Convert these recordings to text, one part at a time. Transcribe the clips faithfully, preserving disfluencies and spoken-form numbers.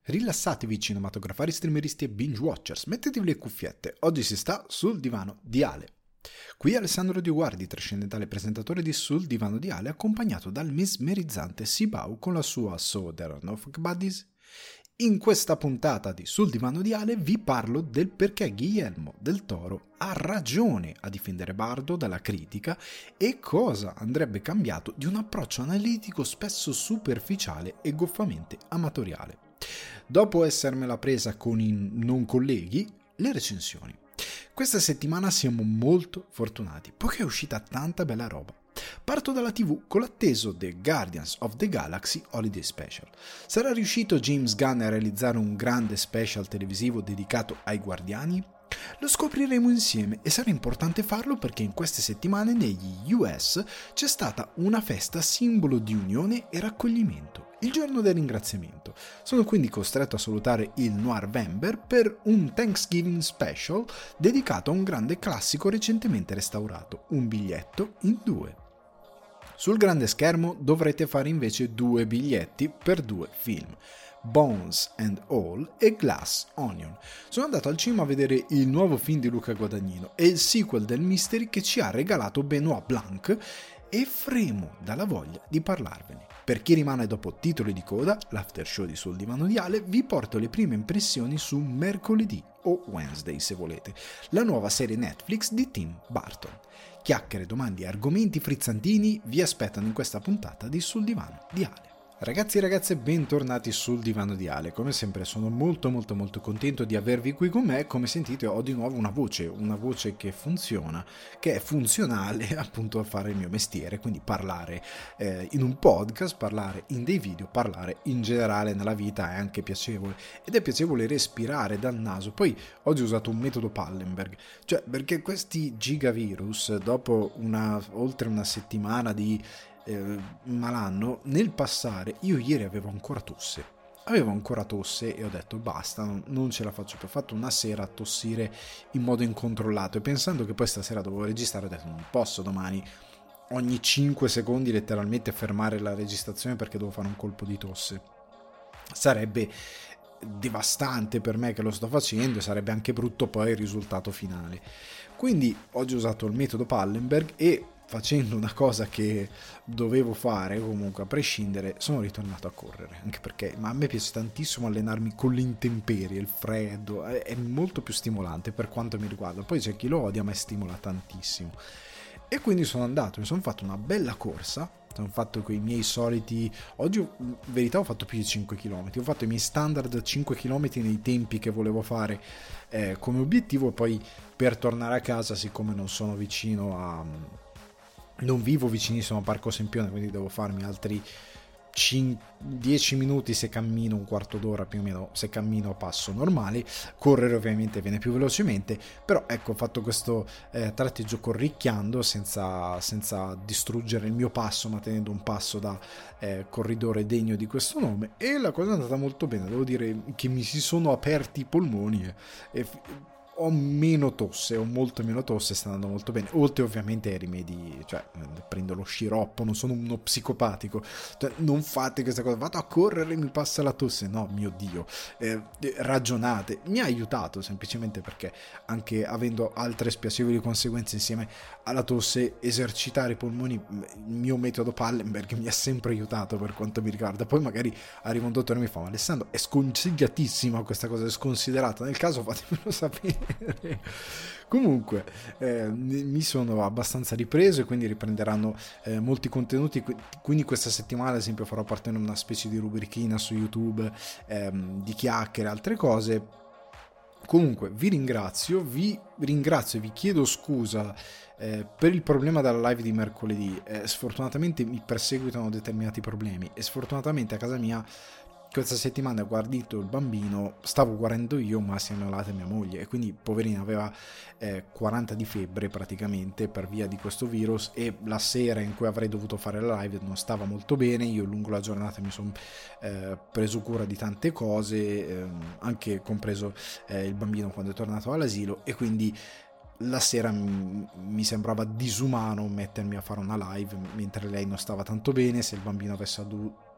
Rilassatevi cinematografari, streameristi e binge watchers, mettetevi le cuffiette, oggi si sta sul divano di Ale. Qui Alessandro Dioguardi, trascendentale presentatore di Sul divano di Ale, accompagnato dal mesmerizzante Sibau con la sua So There Are No Fuck Buddies. In questa puntata di Sul divano di Ale vi parlo del perché Guillermo del Toro ha ragione a difendere Bardo dalla critica e cosa andrebbe cambiato di un approccio analitico spesso superficiale e goffamente amatoriale. Dopo essermela presa con i non colleghi, le recensioni. Questa settimana siamo molto fortunati, poiché è uscita tanta bella roba. Parto dalla tivù con l'atteso The Guardians of the Galaxy Holiday Special. Sarà riuscito James Gunn a realizzare un grande special televisivo dedicato ai Guardiani? Lo scopriremo insieme e sarà importante farlo perché in queste settimane negli U S c'è stata una festa simbolo di unione e raccoglimento, il giorno del ringraziamento. Sono quindi costretto a salutare il Noirvember per un Thanksgiving special dedicato a un grande classico recentemente restaurato, un biglietto in due. Sul grande schermo dovrete fare invece due biglietti per due film, Bones and All e Glass Onion. Sono andato al cinema a vedere il nuovo film di Luca Guadagnino e il sequel del Mystery che ci ha regalato Benoît Blanc e fremo dalla voglia di parlarvene. Per chi rimane dopo titoli di coda, l'after show di Sul divano di Ale, vi porto le prime impressioni su Mercoledì o Wednesday se volete, la nuova serie Netflix di Tim Burton. Chiacchiere, domande e argomenti frizzantini vi aspettano in questa puntata di Sul divano di Ale. Ragazzi e ragazze, bentornati sul divano di Ale. Come sempre sono molto molto molto contento di avervi qui con me. Come sentite ho di nuovo una voce, una voce che funziona, che è funzionale appunto a fare il mio mestiere, quindi parlare eh, in un podcast, parlare in dei video, parlare in generale nella vita è anche piacevole ed è piacevole respirare dal naso. Poi oggi ho usato un metodo Pallenberg, cioè perché questi gigavirus dopo una, oltre una settimana di Eh, malanno, nel passare io ieri avevo ancora tosse avevo ancora tosse e ho detto basta, non, non ce la faccio più. Ho fatto una sera a tossire in modo incontrollato e pensando che poi stasera dovevo registrare ho detto non posso domani ogni cinque secondi letteralmente fermare la registrazione perché devo fare un colpo di tosse, sarebbe devastante per me che lo sto facendo e sarebbe anche brutto poi il risultato finale. Quindi oggi ho usato il metodo Pallenberg e facendo una cosa che dovevo fare comunque a prescindere sono ritornato a correre, anche perché ma a me piace tantissimo allenarmi con le intemperie, il freddo è, è molto più stimolante per quanto mi riguarda. Poi c'è chi lo odia ma stimola tantissimo e quindi sono andato, mi sono fatto una bella corsa, sono fatto quei miei soliti, oggi in verità ho fatto più di cinque chilometri, ho fatto i miei standard cinque chilometri nei tempi che volevo fare eh, come obiettivo. E poi per tornare a casa, siccome non sono vicino a non vivo vicinissimo a Parco Sempione, quindi devo farmi altri dieci minuti se cammino, un quarto d'ora più o meno se cammino a passo normale. Correre ovviamente viene più velocemente, però ecco, ho fatto questo eh, tratteggio corricchiando senza, senza distruggere il mio passo, ma tenendo un passo da eh, corridore degno di questo nome, e la cosa è andata molto bene. Devo dire che mi si sono aperti i polmoni e, e ho meno tosse, ho molto meno tosse, sta andando molto bene, oltre ovviamente ai rimedi, cioè prendo lo sciroppo, non sono uno psicopatico, cioè, non fate questa cosa, vado a correre e mi passa la tosse, no mio Dio, eh, ragionate. Mi ha aiutato semplicemente perché anche avendo altre spiacevoli conseguenze insieme alla tosse, esercitare i polmoni, il mio metodo Pallenberg mi ha sempre aiutato per quanto mi riguarda. Poi magari arriva un dottore e mi fa ma Alessandro è sconsigliatissima questa cosa, è sconsiderata, nel caso fatemelo sapere. Comunque eh, mi sono abbastanza ripreso e quindi riprenderanno eh, molti contenuti, quindi questa settimana ad esempio farò partire una specie di rubrichina su YouTube ehm, di chiacchiere, altre cose. Comunque vi ringrazio, vi ringrazio e vi chiedo scusa eh, per il problema della live di mercoledì. Eh, sfortunatamente mi perseguitano determinati problemi e sfortunatamente a casa mia questa settimana ho guardito il bambino, stavo guardando io ma si è ammalata mia moglie e quindi poverina aveva eh, quaranta di febbre praticamente per via di questo virus, e la sera in cui avrei dovuto fare la live non stava molto bene. Io lungo la giornata mi sono eh, preso cura di tante cose, eh, anche compreso eh, il bambino quando è tornato all'asilo, e quindi la sera mi, mi sembrava disumano mettermi a fare una live mentre lei non stava tanto bene. Se il bambino avesse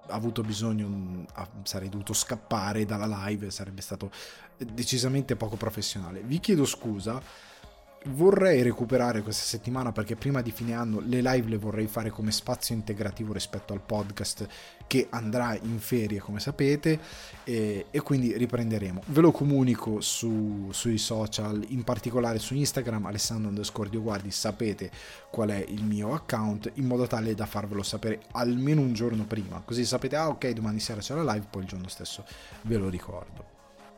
avuto bisogno, sarei dovuto scappare dalla live, sarebbe stato decisamente poco professionale. Vi chiedo scusa. Vorrei recuperare questa settimana perché prima di fine anno le live le vorrei fare come spazio integrativo rispetto al podcast che andrà in ferie, come sapete, e, e quindi riprenderemo. Ve lo comunico su, sui social, in particolare su Instagram, Alessandro underscore Dioguardi, sapete qual è il mio account, in modo tale da farvelo sapere almeno un giorno prima, così sapete, ah ok, domani sera c'è la live, poi il giorno stesso ve lo ricordo.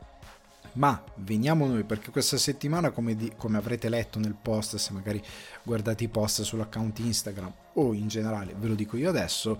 Ma veniamo noi, perché questa settimana, come, di, come avrete letto nel post, se magari guardate i post sull'account Instagram o in generale, ve lo dico io adesso,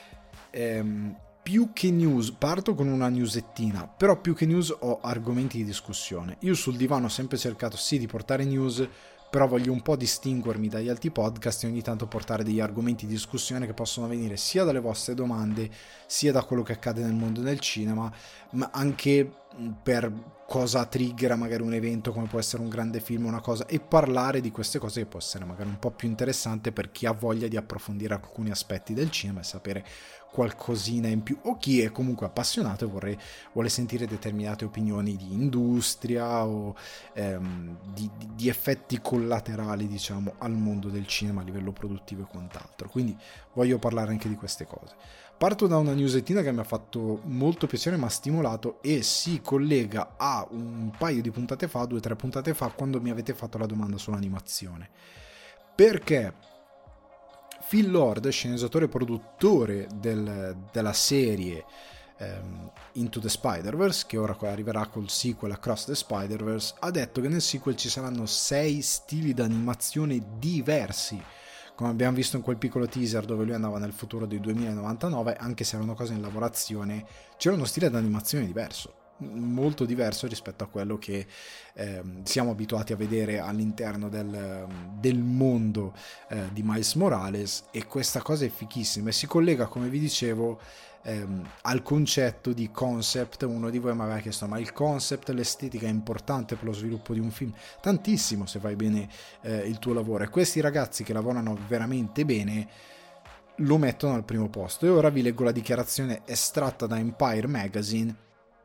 ehm, più che news, parto con una newsettina, però più che news ho argomenti di discussione. Io sul divano ho sempre cercato sì di portare news, però voglio un po' distinguermi dagli altri podcast e ogni tanto portare degli argomenti di discussione che possono venire sia dalle vostre domande, sia da quello che accade nel mondo del cinema, ma anche per cosa triggera magari un evento, come può essere un grande film, una cosa, e parlare di queste cose che può essere magari un po' più interessante per chi ha voglia di approfondire alcuni aspetti del cinema e sapere qualcosina in più, o chi è comunque appassionato e vorrei, vuole sentire determinate opinioni di industria o ehm, di, di effetti collaterali, diciamo, al mondo del cinema a livello produttivo e quant'altro. Quindi voglio parlare anche di queste cose. Parto da una newsettina che mi ha fatto molto piacere, mi ha stimolato e si collega a un paio di puntate fa, due o tre puntate fa, quando mi avete fatto la domanda sull'animazione. Perché Phil Lord, sceneggiatore e produttore del, della serie um, Into the Spider-Verse, che ora arriverà col sequel Across the Spider-Verse, ha detto che nel sequel ci saranno sei stili d'animazione diversi. Come abbiamo visto in quel piccolo teaser dove lui andava nel futuro del duemilanovantanove, anche se erano cose in lavorazione, c'era uno stile d'animazione diverso, molto diverso rispetto a quello che eh, siamo abituati a vedere all'interno del, del mondo eh, di Miles Morales, e questa cosa è fichissima e si collega, come vi dicevo, ehm, al concetto di concept. Uno di voi mi aveva chiesto: ma il concept, l'estetica è importante per lo sviluppo di un film? Tantissimo, se fai bene eh, il tuo lavoro, e questi ragazzi che lavorano veramente bene lo mettono al primo posto. E ora vi leggo la dichiarazione estratta da Empire Magazine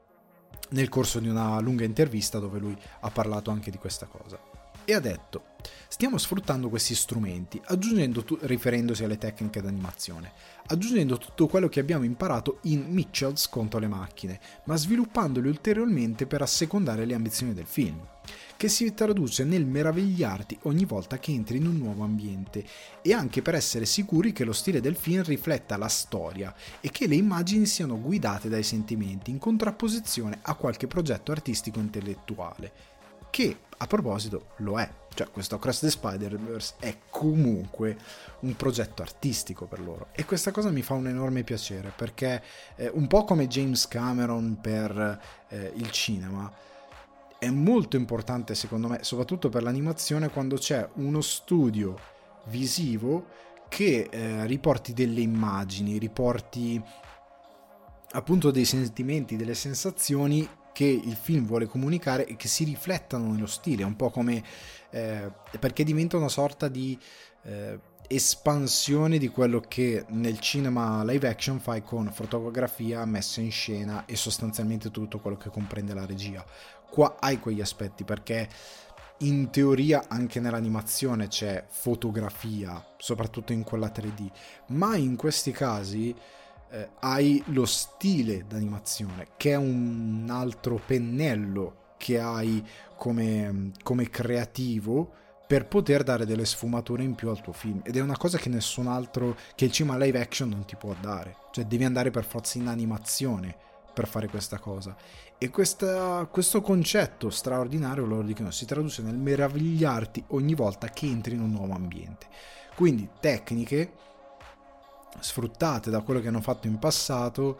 nel corso di una lunga intervista dove lui ha parlato anche di questa cosa, e ha detto: stiamo sfruttando questi strumenti, aggiungendo tu- riferendosi alle tecniche d'animazione, aggiungendo tutto quello che abbiamo imparato in Mitchells contro le macchine, ma sviluppandoli ulteriormente per assecondare le ambizioni del film, che si traduce nel meravigliarti ogni volta che entri in un nuovo ambiente, e anche per essere sicuri che lo stile del film rifletta la storia e che le immagini siano guidate dai sentimenti, in contrapposizione a qualche progetto artistico intellettuale, che a proposito lo è. Cioè, questo Across the Spider-Verse è comunque un progetto artistico per loro, e questa cosa mi fa un enorme piacere, perché eh, un po' come James Cameron per eh, il cinema, è molto importante secondo me, soprattutto per l'animazione, quando c'è uno studio visivo che eh, riporti delle immagini, riporti appunto dei sentimenti, delle sensazioni che il film vuole comunicare e che si riflettano nello stile, un po' come eh, perché diventa una sorta di eh, espansione di quello che nel cinema live action fai con fotografia, messa in scena e sostanzialmente tutto quello che comprende la regia. Qua hai quegli aspetti, perché in teoria anche nell'animazione c'è fotografia, soprattutto in quella tre D, ma in questi casi eh, hai lo stile d'animazione, che è un altro pennello che hai come, come creativo per poter dare delle sfumature in più al tuo film, ed è una cosa che nessun altro, che il cinema live action non ti può dare. Cioè devi andare per forza in animazione per fare questa cosa, e questa, questo concetto straordinario, loro dicono, si traduce nel meravigliarti ogni volta che entri in un nuovo ambiente. Quindi tecniche sfruttate da quello che hanno fatto in passato,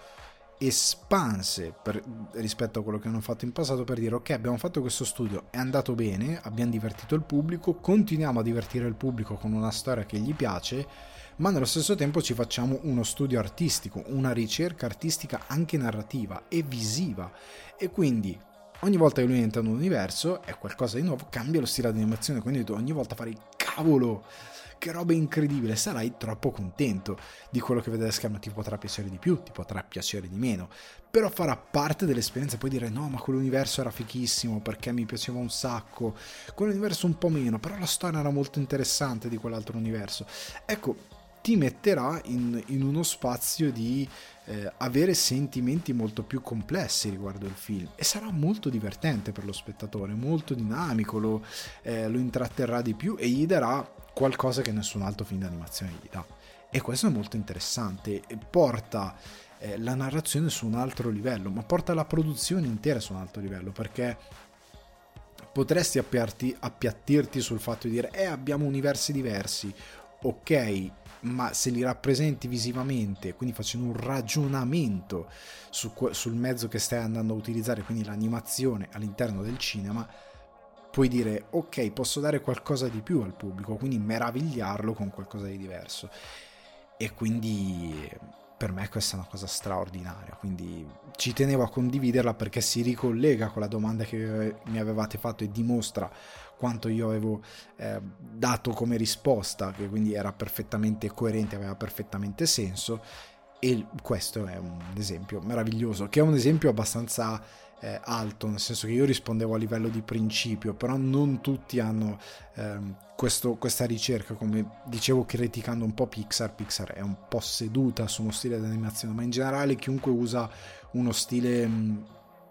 espanse per, rispetto a quello che hanno fatto in passato, per dire: ok, abbiamo fatto questo studio, è andato bene, abbiamo divertito il pubblico, continuiamo a divertire il pubblico con una storia che gli piace, ma nello stesso tempo ci facciamo uno studio artistico, una ricerca artistica anche narrativa e visiva, e quindi ogni volta che lui entra in un universo è qualcosa di nuovo, cambia lo stile di animazione, quindi ogni volta fare cavolo, che roba incredibile, sarai troppo contento di quello che vedi a schermo, ti potrà piacere di più, ti potrà piacere di meno, però farà parte dell'esperienza. Puoi dire no, ma quell'universo era fichissimo perché mi piaceva un sacco, quell'universo un po' meno, però la storia era molto interessante di quell'altro universo. Ecco, ti metterà in, in uno spazio di eh, avere sentimenti molto più complessi riguardo il film, e sarà molto divertente per lo spettatore, molto dinamico, lo, eh, lo intratterrà di più e gli darà qualcosa che nessun altro film d'animazione gli dà, e questo è molto interessante, e porta eh, la narrazione su un altro livello, ma porta la produzione intera su un altro livello, perché potresti appiarti, appiattirti sul fatto di dire eh abbiamo universi diversi, ok, ma se li rappresenti visivamente, quindi facendo un ragionamento su, sul mezzo che stai andando a utilizzare, quindi l'animazione all'interno del cinema, puoi dire ok, posso dare qualcosa di più al pubblico, quindi meravigliarlo con qualcosa di diverso. E quindi per me questa è una cosa straordinaria, quindi ci tenevo a condividerla perché si ricollega con la domanda che mi avevate fatto e dimostra quanto io avevo eh, dato come risposta, che quindi era perfettamente coerente, aveva perfettamente senso, e questo è un esempio meraviglioso, che è un esempio abbastanza eh, alto, nel senso che io rispondevo a livello di principio, però non tutti hanno ehm, questo, questa ricerca, come dicevo criticando un po' Pixar. Pixar è un po' seduta su uno stile di animazione, ma in generale chiunque usa uno stile mh,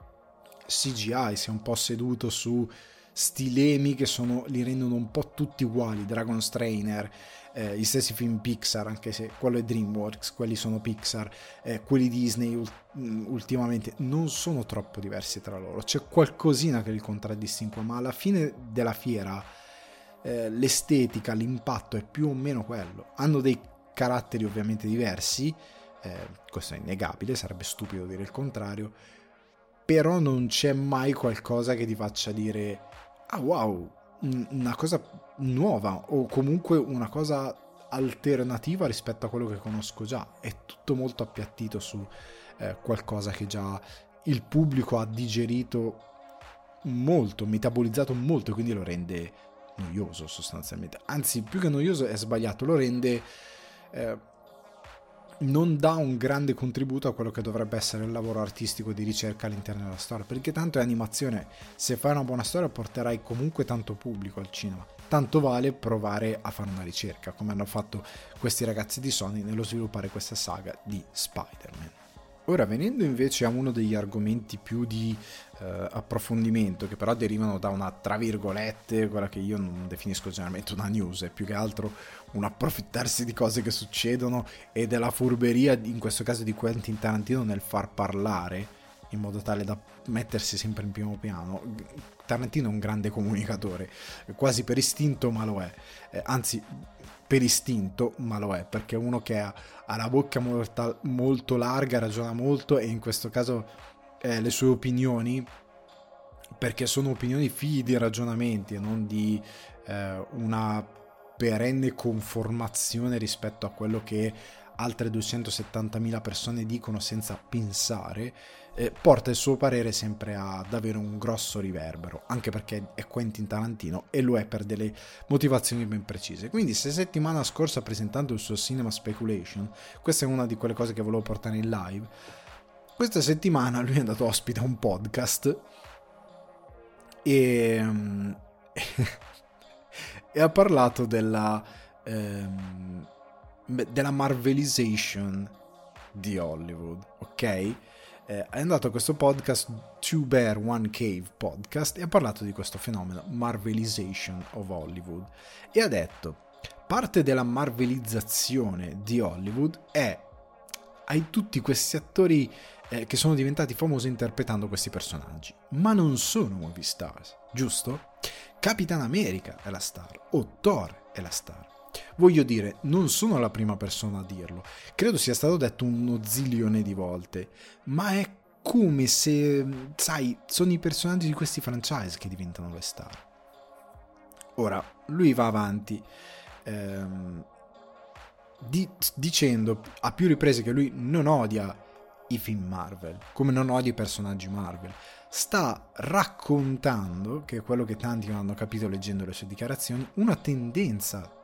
C G I si è un po' seduto su stilemi che sono, li rendono un po' tutti uguali. Dragon's Trainer, eh, gli stessi film Pixar, anche se quello è DreamWorks, quelli sono Pixar, eh, quelli Disney ultimamente non sono troppo diversi tra loro, c'è qualcosina che li contraddistingue, ma alla fine della fiera eh, l'estetica, l'impatto è più o meno quello. Hanno dei caratteri ovviamente diversi, eh, questo è innegabile, sarebbe stupido dire il contrario, però non c'è mai qualcosa che ti faccia dire ah wow, una cosa nuova o comunque una cosa alternativa rispetto a quello che conosco già. È tutto molto appiattito su eh, qualcosa che già il pubblico ha digerito molto, metabolizzato molto, e quindi lo rende noioso sostanzialmente. Anzi, più che noioso è sbagliato, lo rende eh, non dà un grande contributo a quello che dovrebbe essere il lavoro artistico di ricerca all'interno della storia, perché tanto è animazione, se fai una buona storia porterai comunque tanto pubblico al cinema, tanto vale provare a fare una ricerca, come hanno fatto questi ragazzi di Sony nello sviluppare questa saga di Spider-Man. Ora, venendo invece a uno degli argomenti più di eh, approfondimento, che però derivano da una, tra virgolette, quella che io non definisco generalmente una news, è più che altro un approfittarsi di cose che succedono e della furberia, in questo caso di Quentin Tarantino, nel far parlare in modo tale da mettersi sempre in primo piano. Tarantino è un grande comunicatore, quasi per istinto, ma lo è, eh, anzi per istinto, ma lo è, perché è uno che ha, ha la bocca molto, molto larga, ragiona molto, e in questo caso eh, le sue opinioni, perché sono opinioni figlie di ragionamenti e non di eh, una perenne conformazione rispetto a quello che altre duecentosettantamila persone dicono senza pensare, eh, porta il suo parere sempre ad avere un grosso riverbero, anche perché è Quentin Tarantino e lo è per delle motivazioni ben precise. Quindi se settimana scorsa presentando il suo Cinema Speculation, questa è una di quelle cose che volevo portare in live, questa settimana lui è andato ospite a un podcast e, e ha parlato della ehm, della Marvelization di Hollywood, ok? Eh, è andato a questo podcast, Two Bear One Cave podcast, e ha parlato di questo fenomeno, Marvelization of Hollywood, e ha detto: parte della marvelizzazione di Hollywood è hai tutti questi attori eh, che sono diventati famosi interpretando questi personaggi, ma non sono movie stars, giusto? Capitan America è la star, o Thor è la star. Voglio dire, non sono la prima persona a dirlo, credo sia stato detto uno zilione di volte, ma è come se, sai, sono i personaggi di questi franchise che diventano le star. Ora, lui va avanti ehm, di, dicendo a più riprese che lui non odia i film Marvel, come non odia i personaggi Marvel. Sta raccontando, che è quello che tanti non hanno capito leggendo le sue dichiarazioni, una tendenza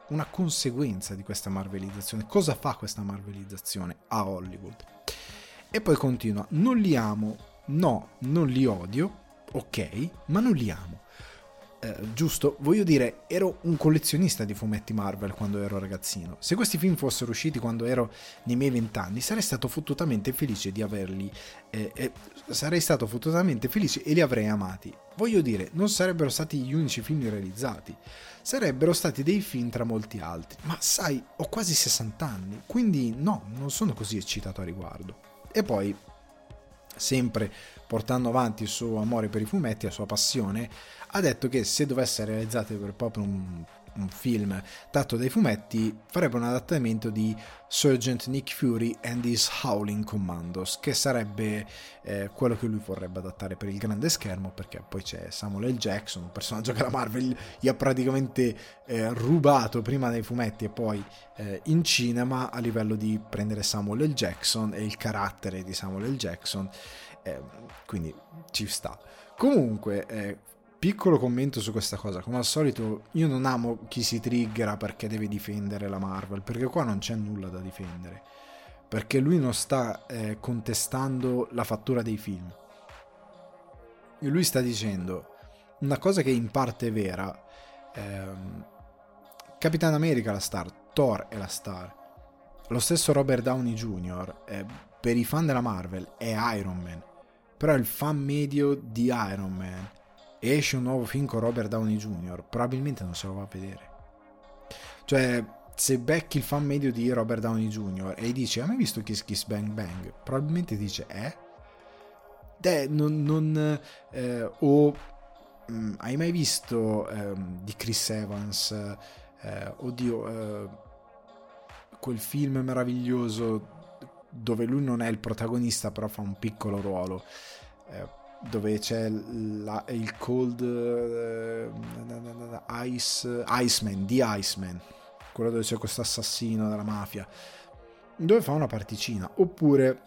una conseguenza di questa marvelizzazione. Cosa fa questa marvelizzazione a Hollywood? E poi continua: non li amo, no, non li odio, ok, ma non li amo. Eh, giusto, voglio dire, ero un collezionista di fumetti Marvel quando ero ragazzino. Se questi film fossero usciti quando ero nei miei vent'anni, sarei stato fottutamente felice di averli eh, eh, sarei stato fottutamente felice e li avrei amati. Voglio dire, non sarebbero stati gli unici film realizzati, sarebbero stati dei film tra molti altri. Ma sai, ho quasi sessanta anni, quindi no, non sono così eccitato a riguardo. E poi, sempre portando avanti il suo amore per i fumetti, la sua passione, ha detto che se dovesse realizzare per proprio un, un film tratto dai fumetti, farebbe un adattamento di Sergeant Nick Fury and His Howling Commandos, che sarebbe eh, quello che lui vorrebbe adattare per il grande schermo, perché poi c'è Samuel L. Jackson, un personaggio che la Marvel gli ha praticamente eh, rubato prima nei fumetti e poi eh, in cinema, a livello di prendere Samuel L. Jackson e il carattere di Samuel L. Jackson, eh, quindi ci sta. Comunque, eh, piccolo commento su questa cosa: come al solito io non amo chi si triggera perché deve difendere la Marvel, perché qua non c'è nulla da difendere, perché lui non sta eh, contestando la fattura dei film, e lui sta dicendo una cosa che in parte è vera. ehm, Capitan America è la star, Thor è la star, lo stesso Robert Downey junior eh, per i fan della Marvel è Iron Man, però il fan medio di Iron Man e esce un nuovo film con Robert Downey junior, probabilmente non se lo va a vedere. Cioè, se becchi il fan medio di Robert Downey junior e gli dici: hai mai visto Kiss Kiss Bang Bang? Probabilmente dice: eh? De, non, non eh, o mh, hai mai visto eh, di Chris Evans eh, oddio eh, quel film meraviglioso dove lui non è il protagonista però fa un piccolo ruolo, eh, dove c'è la, il Cold uh, Ice Iceman, The Iceman, quello dove c'è questo assassino della mafia, dove fa una particina. Oppure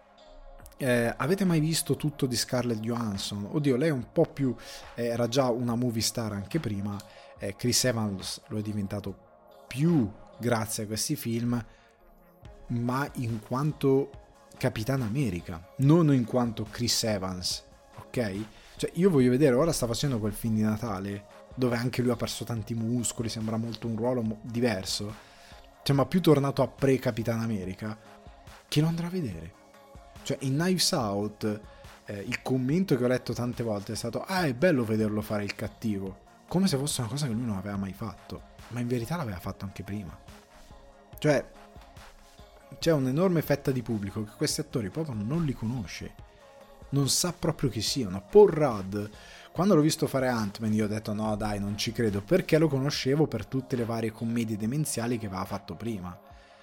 eh, avete mai visto Tutto di Scarlett Johansson? Oddio, lei è un po' più eh, era già una movie star anche prima. eh, Chris Evans lo è diventato più grazie a questi film, ma in quanto Capitan America, non in quanto Chris Evans. Ok? Cioè, io voglio vedere, ora sta facendo quel film di Natale dove anche lui ha perso tanti muscoli, sembra molto un ruolo mo- diverso, cioè, ma più tornato a pre-Capitan America. Chi lo andrà a vedere? Cioè, in Knives Out eh, il commento che ho letto tante volte è stato: ah, è bello vederlo fare il cattivo, come se fosse una cosa che lui non aveva mai fatto, ma in verità l'aveva fatto anche prima. Cioè, c'è un'enorme fetta di pubblico che questi attori proprio non li conosce, non sa proprio chi siano. Paul Rudd, quando l'ho visto fare Ant-Man, io ho detto: no dai, non ci credo, perché lo conoscevo per tutte le varie commedie demenziali che aveva fatto prima.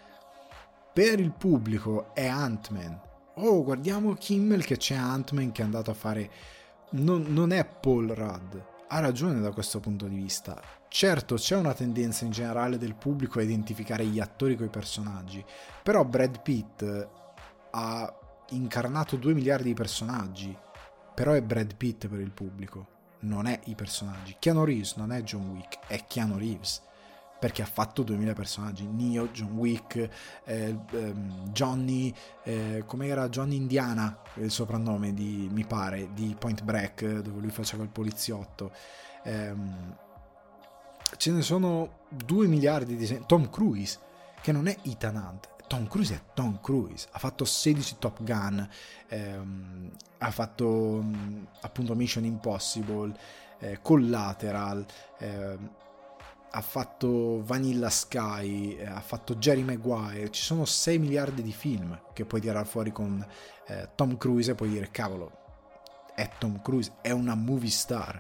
Per il pubblico è Ant-Man. Oh, guardiamo Kimmel che c'è Ant-Man che è andato a fare. Non, non è Paul Rudd. Ha ragione da questo punto di vista. Certo, c'è una tendenza in generale del pubblico a identificare gli attori coi personaggi, però Brad Pitt ha incarnato due miliardi di personaggi, però è Brad Pitt per il pubblico, non è i personaggi. Keanu Reeves non è John Wick, è Keanu Reeves, perché ha fatto duemila personaggi: Neo, John Wick, eh, ehm, Johnny, eh, come era Johnny Indiana, il soprannome di, mi pare, di Point Break, dove lui faceva il poliziotto. ehm, ce ne sono due miliardi di... Tom Cruise, che non è Ethan Hunt, Tom Cruise è Tom Cruise, ha fatto sedici Top Gun, ehm, ha fatto appunto Mission Impossible, eh, Collateral, ehm, ha fatto Vanilla Sky, eh, ha fatto Jerry Maguire. Ci sono sei miliardi di film che puoi tirare fuori con eh, Tom Cruise e puoi dire: cavolo, è Tom Cruise, è una movie star.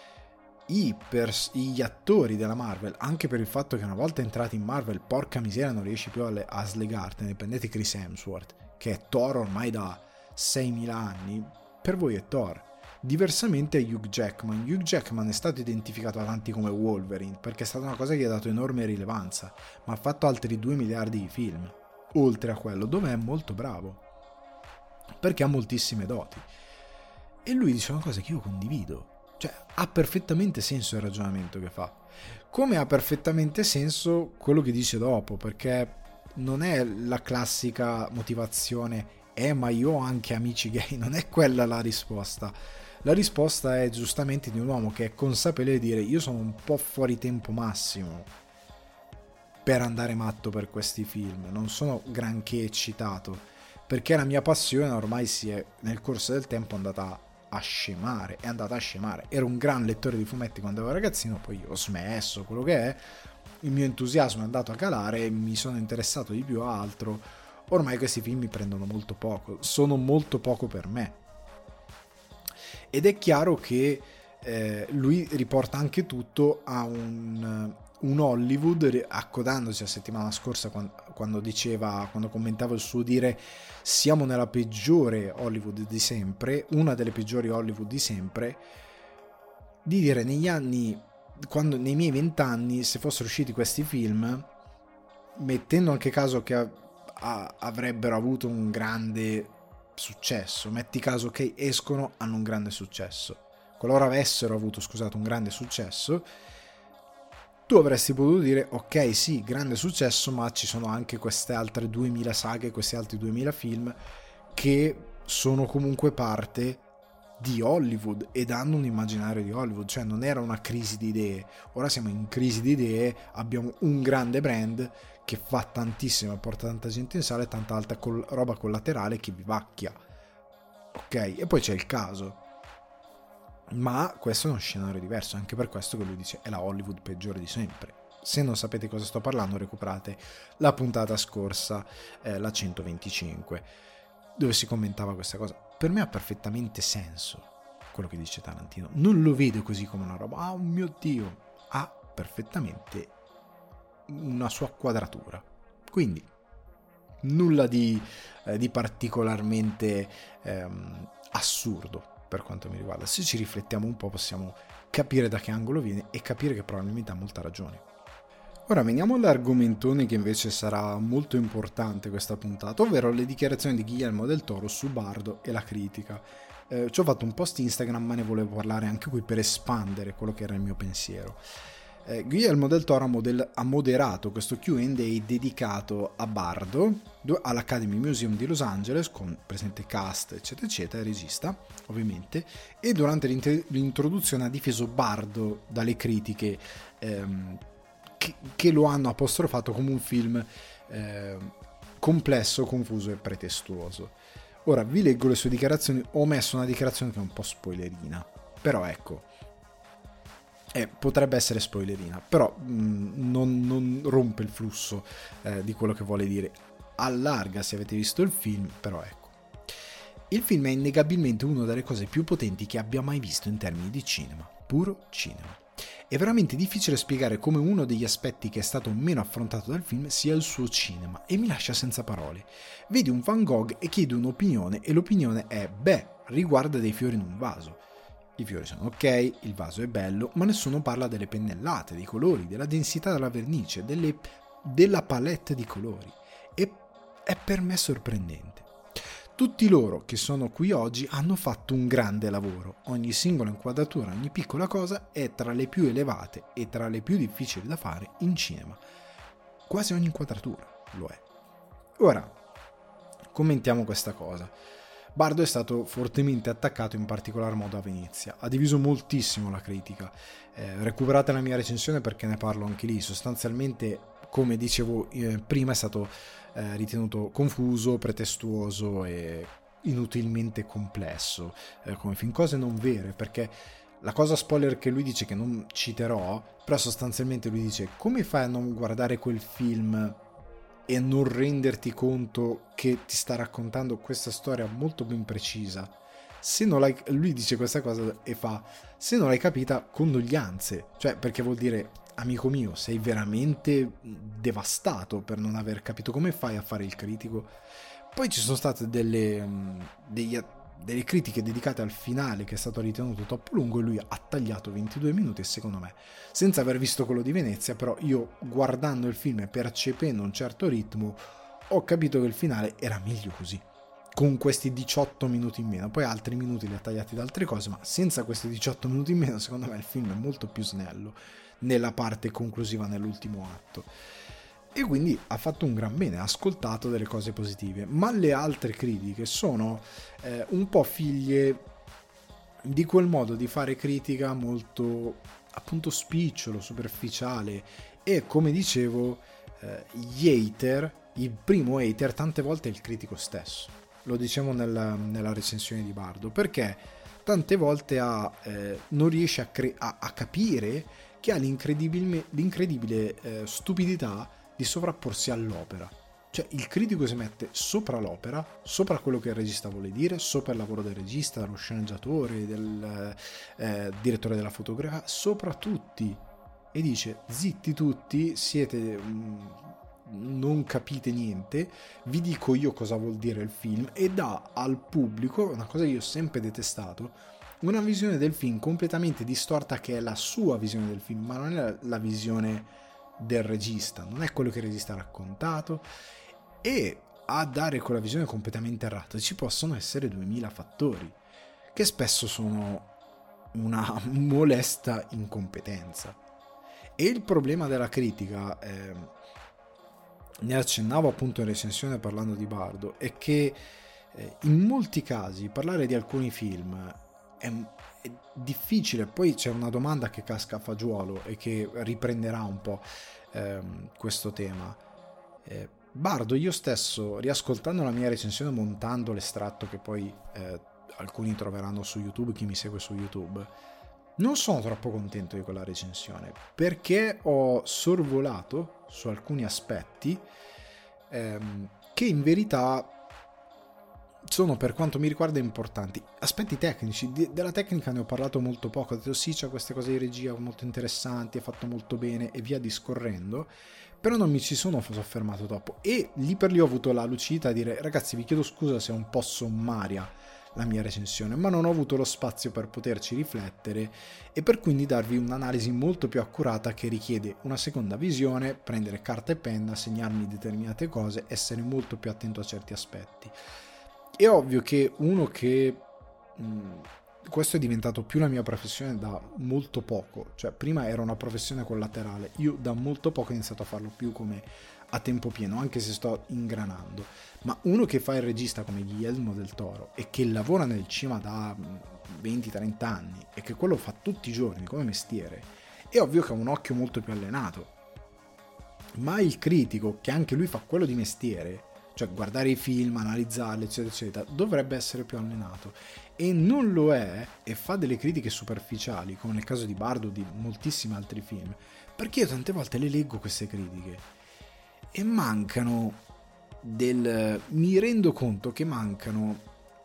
I pers- gli attori della Marvel, anche per il fatto che una volta entrati in Marvel, porca miseria, non riesci più a, le- a slegartene. Prendete Chris Hemsworth, che è Thor ormai da seimila anni, per voi è Thor. Diversamente è Hugh Jackman. Hugh Jackman è stato identificato da tanti come Wolverine perché è stata una cosa che gli ha dato enorme rilevanza, ma ha fatto altri due miliardi di film oltre a quello, dove è molto bravo perché ha moltissime doti. E lui dice una cosa che io condivido: Cioè, ha perfettamente senso il ragionamento che fa. Come ha perfettamente senso quello che dice dopo, perché non è la classica motivazione eh ma io ho anche amici gay, non è quella la risposta. La risposta è giustamente di un uomo che è consapevole di dire io sono un po' fuori tempo massimo per andare matto per questi film, non sono granché eccitato, perché la mia passione ormai si è nel corso del tempo andata a scemare, è andata a scemare. Ero un gran lettore di fumetti quando ero ragazzino, poi ho smesso, quello che è, il mio entusiasmo è andato a calare e mi sono interessato di più a altro. Ormai questi film mi prendono molto poco, sono molto poco per me. Ed è chiaro che eh, lui riporta anche tutto a un, un Hollywood, accodandosi a settimana scorsa quando, quando diceva, quando commentava il suo dire siamo nella peggiore Hollywood di sempre, una delle peggiori Hollywood di sempre, di dire negli anni, quando nei miei vent'anni, se fossero usciti questi film, mettendo anche caso che a, a, avrebbero avuto un grande successo, metti caso che escono, hanno un grande successo, qualora avessero avuto, scusate, un grande successo, tu avresti potuto dire ok, sì, grande successo, ma ci sono anche queste altre duemila saghe, questi altri duemila film che sono comunque parte di Hollywood ed hanno un immaginario di Hollywood, cioè non era una crisi di idee. Ora siamo in crisi di idee, abbiamo un grande brand che fa tantissimo, porta tanta gente in sala e tanta altra col- roba collaterale che vivacchia, ok? E poi c'è il caso, ma questo è uno scenario diverso, anche per questo che lui dice è la Hollywood peggiore di sempre. Se non sapete cosa sto parlando, recuperate la puntata scorsa, eh, la centoventicinque, dove si commentava questa cosa. Per me ha perfettamente senso quello che dice Tarantino, non lo vedo così come una roba, ah oh mio Dio, ha perfettamente una sua quadratura, quindi nulla di, eh, di particolarmente ehm, assurdo per quanto mi riguarda. Se ci riflettiamo un po' possiamo capire da che angolo viene e capire che probabilmente ha molta ragione. Ora veniamo all'argomentone che invece sarà molto importante questa puntata, ovvero le dichiarazioni di Guillermo del Toro su Bardo e la critica. Eh, ci ho fatto un post Instagram, ma ne volevo parlare anche qui per espandere quello che era il mio pensiero. Eh, Guillermo del Toro ha, model- ha moderato questo Q and A dedicato a Bardo all'Academy Museum di Los Angeles, con presente cast eccetera eccetera, regista ovviamente, e durante l'introduzione ha difeso Bardo dalle critiche ehm, che, che lo hanno apostrofato come un film eh, complesso, confuso e pretestuoso. Ora vi leggo le sue dichiarazioni, ho messo una dichiarazione che è un po' spoilerina, però ecco, Eh, potrebbe essere spoilerina, però mh, non, non rompe il flusso eh, di quello che vuole dire, allarga se avete visto il film, però ecco. Il film è innegabilmente una delle cose più potenti che abbia mai visto in termini di cinema, puro cinema. È veramente difficile spiegare come uno degli aspetti che è stato meno affrontato dal film sia il suo cinema, e mi lascia senza parole. Vedi un Van Gogh e chiedi un'opinione e l'opinione è, beh, riguarda dei fiori in un vaso. I fiori sono ok, il vaso è bello, ma nessuno parla delle pennellate, dei colori, della densità della vernice, delle, della palette di colori. E è per me sorprendente. Tutti loro che sono qui oggi hanno fatto un grande lavoro. Ogni singola inquadratura, ogni piccola cosa è tra le più elevate e tra le più difficili da fare in cinema. Quasi ogni inquadratura lo è. Ora, commentiamo questa cosa. Bardo è stato fortemente attaccato, in particolar modo a Venezia, ha diviso moltissimo la critica. Eh, recuperate la mia recensione perché ne parlo anche lì. Sostanzialmente, come dicevo eh, prima, è stato eh, ritenuto confuso, pretestuoso e inutilmente complesso eh, come film, cose non vere, perché la cosa spoiler che lui dice, che non citerò, però sostanzialmente lui dice: come fai a non guardare quel film e non renderti conto che ti sta raccontando questa storia molto ben precisa? Se non l'hai, lui dice questa cosa e fa: se non l'hai capita, condoglianze, cioè, perché vuol dire, amico mio, sei veramente devastato per non aver capito. Come fai a fare il critico? Poi ci sono state delle degli, delle critiche dedicate al finale, che è stato ritenuto troppo lungo, e lui ha tagliato ventidue minuti, e secondo me, senza aver visto quello di Venezia, però io guardando il film e percependo un certo ritmo, ho capito che il finale era meglio così. con questi diciotto minuti in meno. Poi altri minuti li ha tagliati da altre cose, ma senza questi diciotto minuti in meno secondo me il film è molto più snello nella parte conclusiva, nell'ultimo atto. E quindi ha fatto un gran bene, ha ascoltato delle cose positive, ma le altre critiche sono eh, un po' figlie di quel modo di fare critica molto appunto spicciolo, superficiale, e come dicevo eh, gli hater, il primo hater tante volte è il critico stesso. Lo diciamo nella, nella recensione di Bardo, perché tante volte ha, eh, non riesce a, cre- a, a capire che ha l'incredibile, l'incredibile eh, stupidità di sovrapporsi all'opera. Cioè il critico si mette sopra l'opera, sopra quello che il regista vuole dire, sopra il lavoro del regista, dello sceneggiatore, del eh, direttore della fotografia, sopra tutti, e dice: zitti tutti, siete mh, non capite niente, vi dico io cosa vuol dire il film, e dà al pubblico, una cosa che io ho sempre detestato, una visione del film completamente distorta, che è la sua visione del film, ma non è la visione del regista, non è quello che il regista ha raccontato, e a dare quella visione completamente errata ci possono essere duemila fattori che spesso sono una molesta incompetenza. E il problema della critica, eh, ne accennavo appunto in recensione parlando di Bardo, è che eh, in molti casi parlare di alcuni film è, è difficile. Poi c'è una domanda che casca a fagiolo e che riprenderà un po' ehm, questo tema. eh, Bardo, io stesso, riascoltando la mia recensione, montando l'estratto che poi eh, alcuni troveranno su YouTube, chi mi segue su YouTube, non sono troppo contento di quella recensione, perché ho sorvolato su alcuni aspetti ehm, che in verità sono, per quanto mi riguarda, importanti. Aspetti tecnici, di, della tecnica ne ho parlato molto poco, ho detto sì, c'è queste cose di regia molto interessanti, è fatto molto bene e via discorrendo, però non mi ci sono soffermato troppo, e lì per lì ho avuto la lucidità di dire: ragazzi, vi chiedo scusa se è un po' sommaria la mia recensione, ma non ho avuto lo spazio per poterci riflettere, e per quindi darvi un'analisi molto più accurata, che richiede una seconda visione, prendere carta e penna, segnarmi determinate cose, essere molto più attento a certi aspetti. È ovvio che uno che mh, questo è diventato più la mia professione da molto poco, cioè prima era una professione collaterale, io da molto poco ho iniziato a farlo più come a tempo pieno, anche se sto ingranando. Ma uno che fa il regista come Guillermo del Toro e che lavora nel cinema da venti trenta anni e che quello fa tutti i giorni come mestiere, è ovvio che ha un occhio molto più allenato. Ma il critico, che anche lui fa quello di mestiere, cioè guardare i film, analizzarli, eccetera eccetera, dovrebbe essere più allenato, e non lo è, e fa delle critiche superficiali, come nel caso di Bardo o di moltissimi altri film, perché io tante volte le leggo queste critiche e mancano del mi rendo conto che mancano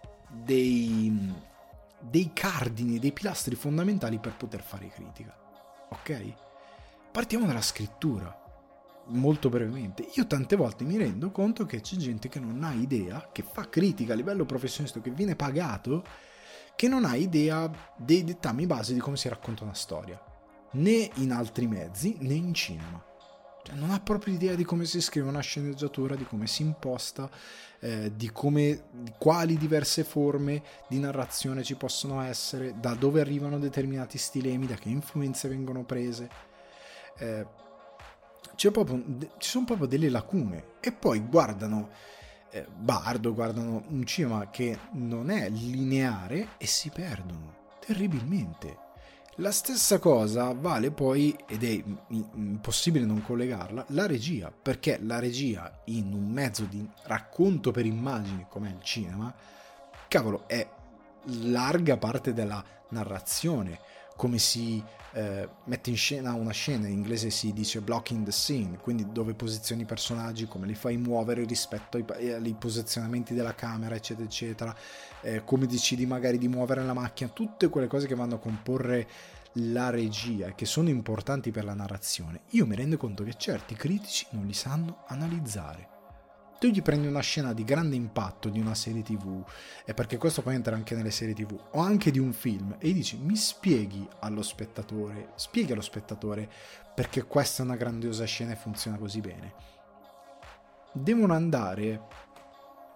dei dei cardini, dei pilastri fondamentali per poter fare critica. Ok? Partiamo dalla scrittura, molto brevemente. Io tante volte mi rendo conto che c'è gente che non ha idea, che fa critica a livello professionistico, che viene pagato, che non ha idea dei dettami base di come si racconta una storia, né in altri mezzi né in cinema. Cioè, non ha proprio idea di come si scrive una sceneggiatura, di come si imposta, eh, di come, di quali diverse forme di narrazione ci possono essere, da dove arrivano determinati stilemi, da che influenze vengono prese. Eh, c'è proprio, ci sono proprio delle lacune, e poi guardano eh, Bardo, guardano un cinema che non è lineare e si perdono terribilmente. La stessa cosa vale poi, ed è impossibile non collegarla, la regia, perché la regia in un mezzo di racconto per immagini come il cinema, cavolo, è larga parte della narrazione, come si eh, mette in scena una scena, in inglese si dice blocking the scene, quindi dove posizioni i personaggi, come li fai muovere rispetto ai, ai posizionamenti della camera, eccetera eccetera, eh, come decidi magari di muovere la macchina, tutte quelle cose che vanno a comporre la regia e che sono importanti per la narrazione. Io mi rendo conto che certi critici non li sanno analizzare. Tu gli prendi una scena di grande impatto di una serie tv, e perché questo poi entra anche nelle serie tv, o anche di un film, e gli dici: mi spieghi allo spettatore, spieghi allo spettatore perché questa è una grandiosa scena e funziona così bene. Devono andare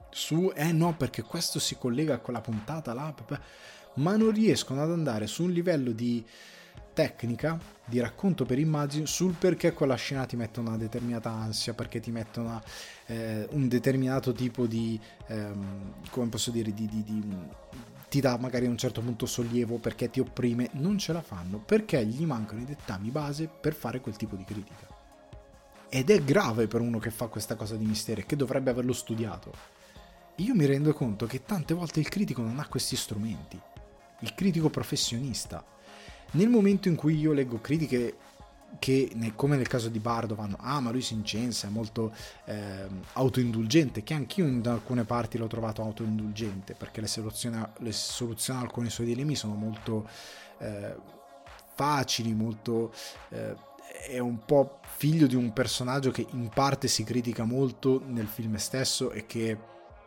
su eh no perché questo si collega a quella puntata là, ma non riescono ad andare su un livello di tecnica, di racconto per immagini, sul perché quella scena ti mette una determinata ansia, perché ti mette una, eh, un determinato tipo di ehm, come posso dire di, di, di ti dà magari a un certo punto sollievo, perché ti opprime. Non ce la fanno perché gli mancano i dettami base per fare quel tipo di critica, ed è grave per uno che fa questa cosa di mestiere, che dovrebbe averlo studiato. Io mi rendo conto che tante volte il critico non ha questi strumenti, il critico professionista. Nel momento in cui io leggo critiche che, come nel caso di Bardo, vanno ah ma lui si incensa, è molto eh, autoindulgente, che anch'io in alcune parti l'ho trovato autoindulgente, perché le soluzioni, le soluzioni a alcuni suoi dilemmi sono molto eh, facili, molto eh, è un po' figlio di un personaggio che in parte si critica molto nel film stesso e che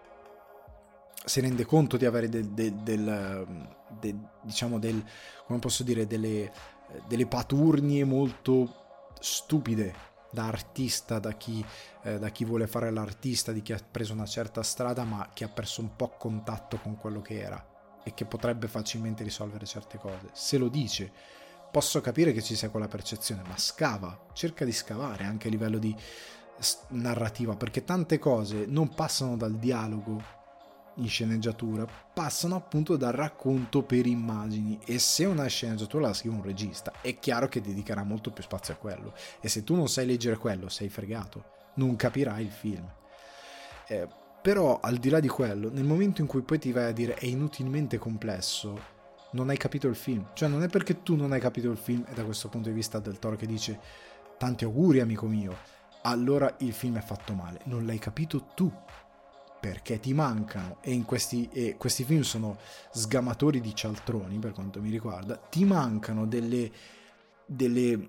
si rende conto di avere del, del, del, del diciamo del come posso dire delle, delle paturnie molto stupide da artista, da chi, eh, da chi vuole fare l'artista, di chi ha preso una certa strada ma che ha perso un po' contatto con quello che era e che potrebbe facilmente risolvere certe cose. Se lo dice, posso capire che ci sia quella percezione, ma scava, cerca di scavare anche a livello di narrativa, perché tante cose non passano dal dialogo in sceneggiatura, passano appunto dal racconto per immagini, e se una sceneggiatura la scrive un regista è chiaro che dedicherà molto più spazio a quello, e se tu non sai leggere quello sei fregato, non capirai il film. Eh, però al di là di quello, nel momento in cui poi ti vai a dire è inutilmente complesso, non hai capito il film. Cioè non è perché tu non hai capito il film, e da questo punto di vista Del Toro che dice tanti auguri amico mio, allora il film è fatto male. Non l'hai capito tu, perché ti mancano, e in questi, e questi film sono sgamatori di cialtroni per quanto mi riguarda, ti mancano delle, delle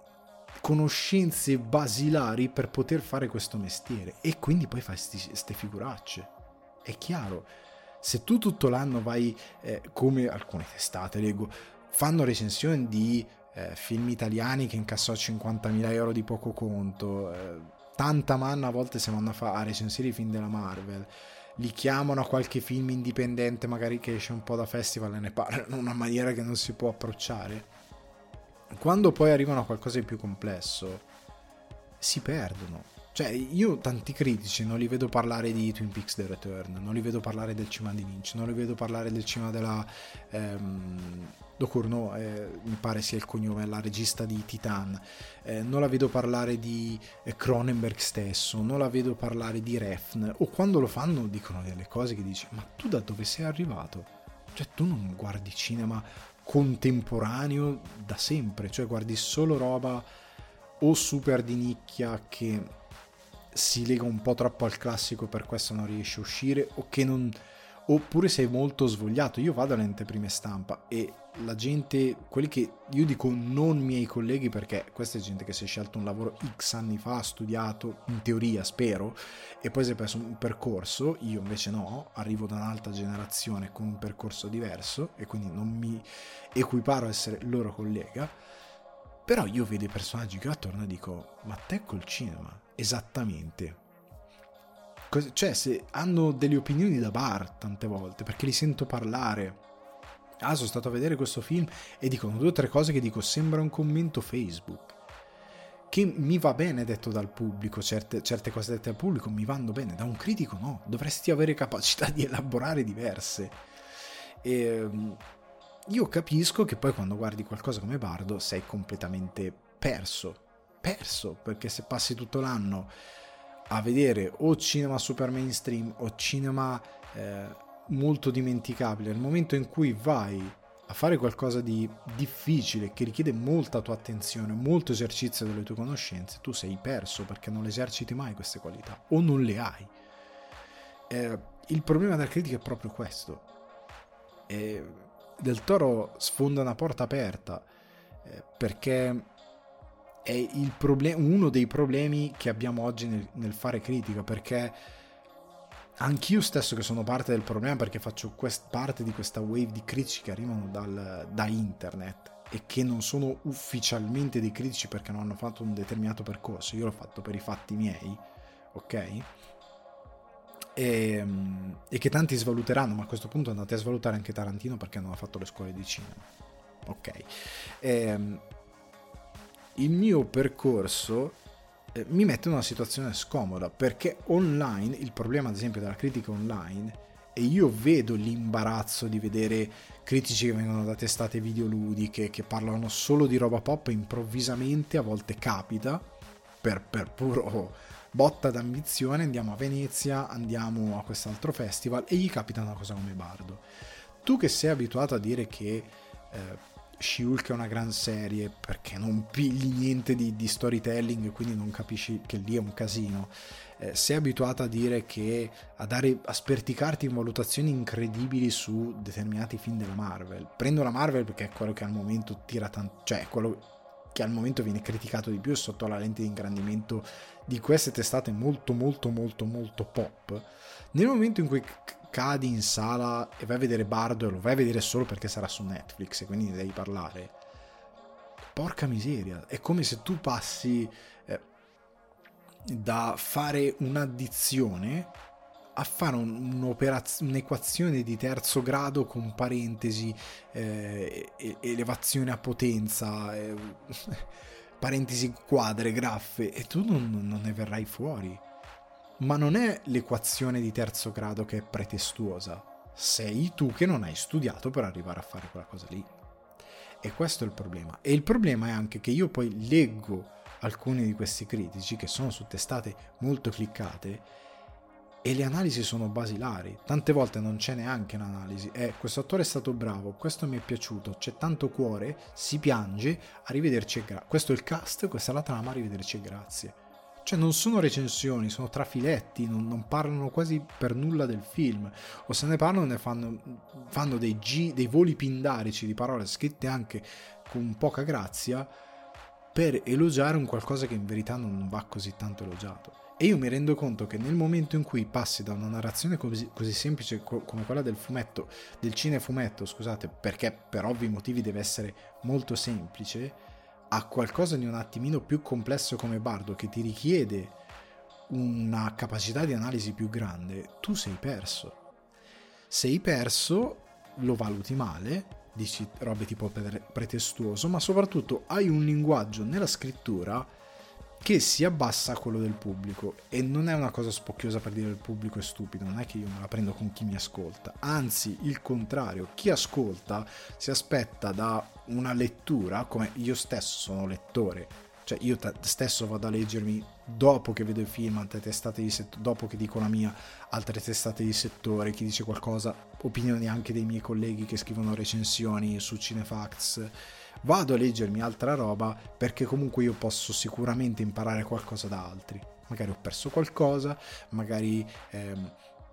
conoscenze basilari per poter fare questo mestiere, e quindi poi fai queste figuracce. È chiaro, se tu tutto l'anno vai eh, come alcune testate leggo fanno recensioni di eh, film italiani che incassò cinquantamila euro di poco conto, eh, tanta manna a volte se vanno a fare a recensire i film della Marvel, li chiamano a qualche film indipendente magari che esce un po' da festival e ne parlano in una maniera che non si può approcciare. Quando poi arrivano a qualcosa di più complesso si perdono. Cioè io tanti critici non li vedo parlare di Twin Peaks The Return, non li vedo parlare del cinema di Lynch, non li vedo parlare del cinema della ehm, Ducournau, eh, mi pare sia il cognome, la regista di Titan, eh, non la vedo parlare di eh, Cronenberg stesso, non la vedo parlare di Refn, o quando lo fanno dicono delle cose che dici ma tu da dove sei arrivato? Cioè tu non guardi cinema contemporaneo da sempre, cioè guardi solo roba o super di nicchia che si lega un po' troppo al classico, per questo non riesce a uscire, o che non, oppure sei molto svogliato. Io vado alle anteprime stampa e la gente, quelli che io dico non miei colleghi, perché questa è gente che si è scelto un lavoro X anni fa, ha studiato, in teoria spero, e poi si è preso un percorso. Io invece no, arrivo da un'altra generazione con un percorso diverso e quindi non mi equiparo a essere loro collega. Però io vedo i personaggi che attorno e dico ma te col cinema esattamente, cioè se hanno delle opinioni da bar tante volte, perché li sento parlare, ah sono stato a vedere questo film, e dicono due o tre cose che dico sembra un commento Facebook, che mi va bene detto dal pubblico, certe, certe cose dette dal pubblico mi vanno bene, da un critico no, dovresti avere capacità di elaborare diverse. E io capisco che poi quando guardi qualcosa come Bardo sei completamente perso perso, perché se passi tutto l'anno a vedere o cinema super mainstream o cinema eh, molto dimenticabile, nel momento in cui vai a fare qualcosa di difficile che richiede molta tua attenzione, molto esercizio delle tue conoscenze, tu sei perso perché non eserciti mai queste qualità o non le hai. Eh, il problema della critica è proprio questo. Eh, Del Toro sfonda una porta aperta eh, perché è il problem- uno dei problemi che abbiamo oggi nel, nel fare critica, perché anch'io stesso che sono parte del problema, perché faccio quest- parte di questa wave di critici che arrivano dal, da internet e che non sono ufficialmente dei critici perché non hanno fatto un determinato percorso, io l'ho fatto per i fatti miei, ok? e, e che tanti svaluteranno, ma a questo punto andate a svalutare anche Tarantino perché non ha fatto le scuole di cinema. Ok. E, il mio percorso eh, mi mette in una situazione scomoda, perché online, il problema ad esempio della critica online, e io vedo l'imbarazzo di vedere critici che vengono da testate videoludiche che parlano solo di roba pop, improvvisamente a volte capita per, per puro botta d'ambizione, andiamo a Venezia, andiamo a quest'altro festival e gli capita una cosa come Bardo. Tu che sei abituato a dire che eh, She-Hulk è una gran serie perché non pigli niente di, di storytelling, quindi non capisci che lì è un casino, eh, sei abituato a dire che a dare a sperticarti in valutazioni incredibili su determinati film della Marvel. Prendo la Marvel perché è quello che al momento tira tanto, cioè è quello che al momento viene criticato di più sotto la lente di ingrandimento di queste testate molto molto molto molto pop. Nel momento in cui cadi in sala e vai a vedere Bardo e lo vai a vedere solo perché sarà su Netflix e quindi ne devi parlare, porca miseria, è come se tu passi eh, da fare un'addizione a fare un'operazio- un'equazione di terzo grado con parentesi, eh, elevazione a potenza, eh, parentesi quadre, graffe, e tu non, non ne verrai fuori. Ma non è l'equazione di terzo grado che è pretestuosa, sei tu che non hai studiato per arrivare a fare quella cosa lì. E questo è il problema. E il problema è anche che io poi leggo alcuni di questi critici che sono su testate molto cliccate e le analisi sono basilari. Tante volte non c'è neanche un'analisi. Eh, questo attore è stato bravo, questo mi è piaciuto, c'è tanto cuore, si piange, arrivederci e grazie. Questo è il cast, questa è la trama, arrivederci e grazie. Cioè non sono recensioni, sono trafiletti, non, non parlano quasi per nulla del film, o se ne parlano ne fanno, fanno dei, G, dei voli pindarici di parole scritte anche con poca grazia per elogiare un qualcosa che in verità non va così tanto elogiato. E io mi rendo conto che nel momento in cui passi da una narrazione così, così semplice co- come quella del fumetto, del cinefumetto, scusate, perché per ovvi motivi deve essere molto semplice, a qualcosa di un attimino più complesso come Bardo che ti richiede una capacità di analisi più grande, tu sei perso. Sei perso, lo valuti male, dici robe tipo pretestuoso, ma soprattutto hai un linguaggio nella scrittura che si abbassa a quello del pubblico, e non è una cosa spocchiosa per dire il pubblico è stupido, non è che io me la prendo con chi mi ascolta, anzi il contrario, chi ascolta si aspetta da una lettura, come io stesso sono lettore, cioè io t- stesso vado a leggermi dopo che vedo i film altre testate di settore, dopo che dico la mia, altre testate di settore, chi dice qualcosa, opinioni anche dei miei colleghi che scrivono recensioni su Cinefax, vado a leggermi altra roba perché comunque io posso sicuramente imparare qualcosa da altri. Magari ho perso qualcosa, magari ehm,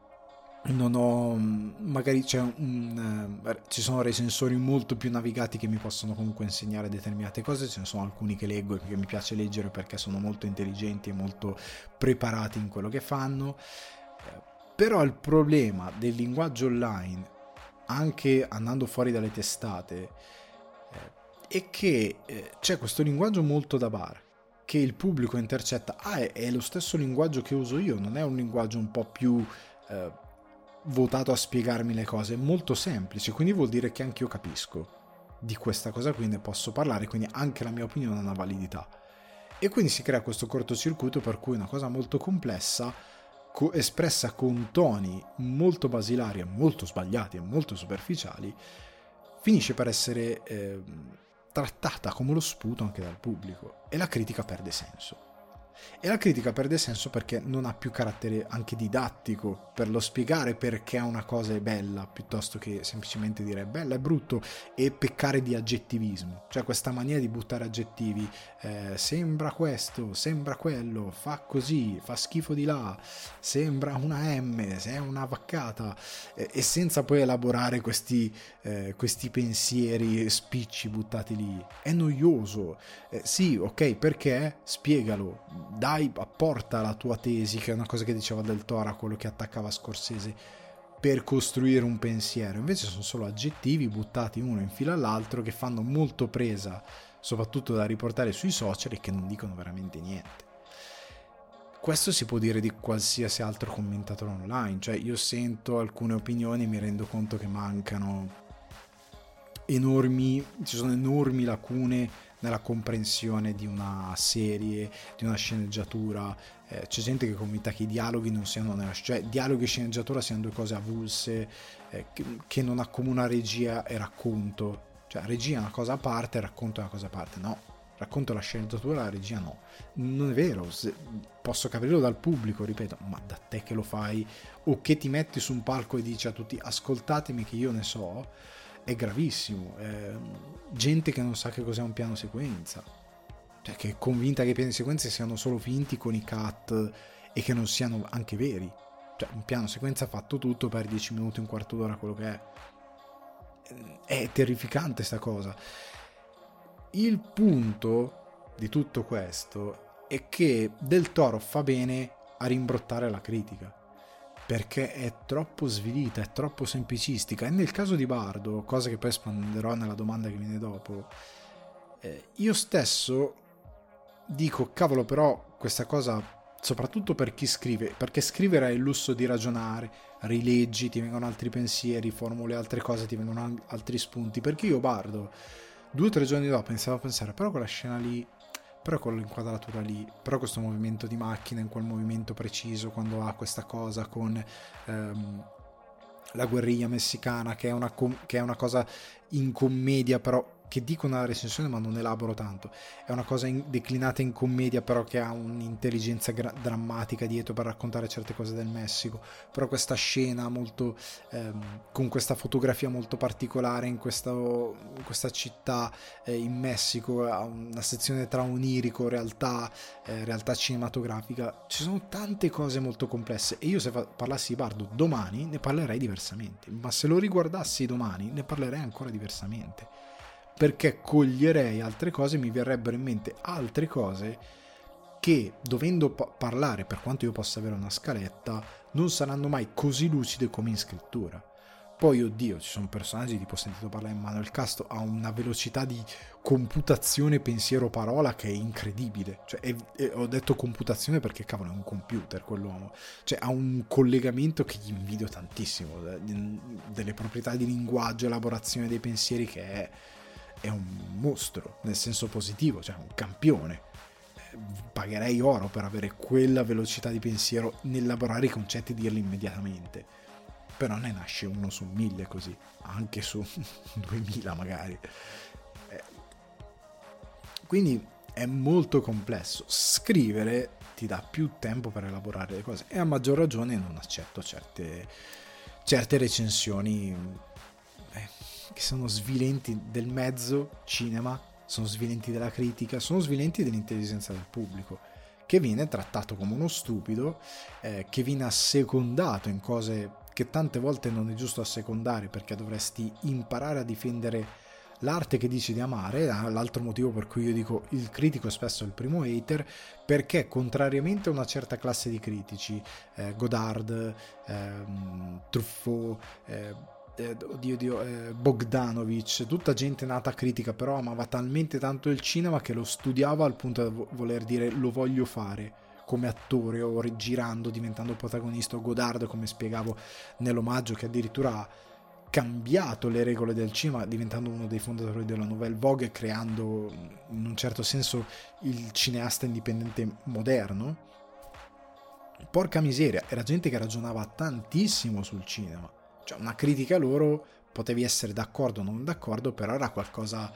non ho, magari c'è un, eh, ci sono recensori molto più navigati che mi possono comunque insegnare determinate cose, ce ne sono alcuni che leggo e che mi piace leggere perché sono molto intelligenti e molto preparati in quello che fanno. Eh, però il problema del linguaggio online, anche andando fuori dalle testate, eh, è che eh, c'è questo linguaggio molto da bar che il pubblico intercetta. Ah, è, è lo stesso linguaggio che uso io, non è un linguaggio un po' più eh, votato a spiegarmi le cose, è molto semplice, quindi vuol dire che anche io capisco di questa cosa, quindi ne posso parlare, quindi anche la mia opinione ha una validità, e quindi si crea questo cortocircuito per cui una cosa molto complessa co- espressa con toni molto basilari e molto sbagliati e molto superficiali finisce per essere eh, trattata come lo sputo anche dal pubblico, e la critica perde senso. E la critica perde senso perché non ha più carattere anche didattico per lo spiegare perché una cosa è bella, piuttosto che semplicemente dire è bella, è brutto, e peccare di aggettivismo, cioè questa mania di buttare aggettivi, eh, sembra questo, sembra quello, fa così, fa schifo di là, sembra una M, se è una vaccata, eh, e senza poi elaborare questi, eh, questi pensieri spicci buttati lì. È noioso. Eh, sì, ok, perché? Spiegalo. Dai, apporta la tua tesi, che è una cosa che diceva Del Toro a quello che attaccava Scorsese, per costruire un pensiero. Invece sono solo aggettivi buttati uno in fila all'altro che fanno molto presa, soprattutto da riportare sui social, e che non dicono veramente niente. questo si può dire di qualsiasi altro commentatore online, cioè io sento alcune opinioni e mi rendo conto che mancano enormi, ci sono enormi lacune nella comprensione di una serie, di una sceneggiatura. Eh, c'è gente che commenta che i dialoghi non siano nella, cioè dialoghi e sceneggiatura siano due cose avulse, eh, che, che non accomuna regia e racconto, cioè regia è una cosa a parte e racconto è una cosa a parte. No, racconto la sceneggiatura, la regia no, non è vero. Se, posso capirlo dal pubblico, ripeto, ma da te che lo fai o che ti metti su un palco e dici a tutti ascoltatemi che io ne so, è gravissimo. Eh, gente che non sa che cos'è un piano sequenza, cioè che è convinta che i piani sequenze siano solo finti con i cut e che non siano anche veri. Cioè un piano sequenza fatto tutto per dieci minuti, un quarto d'ora, quello che è. È terrificante sta cosa. Il punto di tutto questo è che Del Toro fa bene a rimbrottare la critica, perché è troppo svilita, è troppo semplicistica. E nel caso di Bardo, cosa che poi espanderò nella domanda che viene dopo, eh, io stesso dico, cavolo, però questa cosa, soprattutto per chi scrive, perché scrivere è il lusso di ragionare, rileggi, ti vengono altri pensieri, formuli altre cose, ti vengono altri spunti. Perché io Bardo, due o tre giorni dopo, iniziavo a pensare, però quella scena lì, però quell'inquadratura lì, però questo movimento di macchina in quel movimento preciso, quando ha questa cosa con ehm, la guerriglia messicana, che è, una com- che è una cosa in commedia, però che dico nella recensione ma non elaboro tanto, è una cosa in- declinata in commedia però che ha un'intelligenza gra- drammatica dietro per raccontare certe cose del Messico. Però questa scena molto ehm, con questa fotografia molto particolare in, questo, in questa città eh, in Messico, ha una sezione tra onirico, realtà, eh, realtà cinematografica, ci sono tante cose molto complesse e io se fa- parlassi di Bardo domani ne parlerei diversamente, ma se lo riguardassi domani ne parlerei ancora diversamente, perché coglierei altre cose, mi verrebbero in mente altre cose che, dovendo pa- parlare, per quanto io possa avere una scaletta, non saranno mai così lucide come in scrittura. Poi, oddio, ci sono personaggi, tipo ho sentito parlare in Manuel Casto, ha una velocità di computazione pensiero-parola che è incredibile. Cioè, è, è, ho detto computazione perché, cavolo, è un computer quell'uomo. Cioè, ha un collegamento che gli invidio tantissimo, delle proprietà di linguaggio, elaborazione dei pensieri, che è è un mostro, nel senso positivo, cioè un campione. Pagherei oro per avere quella velocità di pensiero nell'elaborare i concetti e dirli immediatamente. Però ne nasce uno su mille così, anche su duemila magari. Quindi è molto complesso. Scrivere ti dà più tempo per elaborare le cose e a maggior ragione non accetto certe, certe recensioni che sono svilenti del mezzo cinema, sono svilenti della critica, sono svilenti dell'intelligenza del pubblico, che viene trattato come uno stupido, eh, che viene assecondato in cose che tante volte non è giusto assecondare, perché dovresti imparare a difendere l'arte che dici di amare. L'altro motivo per cui io dico il critico è spesso il primo hater, perché contrariamente a una certa classe di critici, eh, Godard, ehm, Truffaut, eh, Eh, oddio, oddio, eh, Bogdanovich, tutta gente nata critica, però amava talmente tanto il cinema che lo studiava al punto da vo- voler dire lo voglio fare come attore o girando, diventando protagonista. O Godard, come spiegavo nell'omaggio, che addirittura ha cambiato le regole del cinema diventando uno dei fondatori della Nouvelle Vogue e creando in un certo senso il cineasta indipendente moderno. Porca miseria, era gente che ragionava tantissimo sul cinema. Cioè, una critica loro potevi essere d'accordo o non d'accordo, però era qualcosa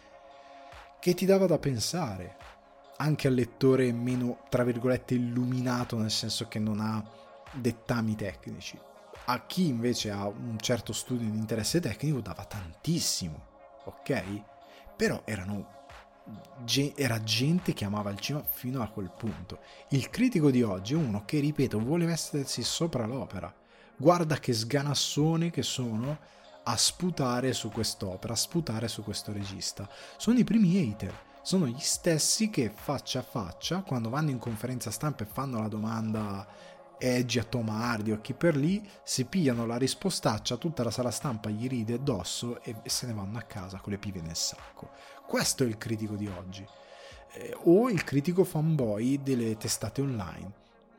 che ti dava da pensare anche al lettore meno, tra virgolette, illuminato, nel senso che non ha dettami tecnici. A chi invece ha un certo studio di interesse tecnico dava tantissimo, ok? Però erano era gente che amava il cinema fino a quel punto. Il critico di oggi è uno che, ripeto, vuole mettersi sopra l'opera. Guarda che sganassone che sono a sputare su quest'opera, a sputare su questo regista. Sono i primi hater, sono gli stessi che faccia a faccia, quando vanno in conferenza stampa e fanno la domanda Edgy a Tom Hardy o chi per lì, si pigliano la rispostaccia, tutta la sala stampa gli ride addosso e se ne vanno a casa con le pive nel sacco. Questo è il critico di oggi. Eh, o il critico fanboy delle testate online,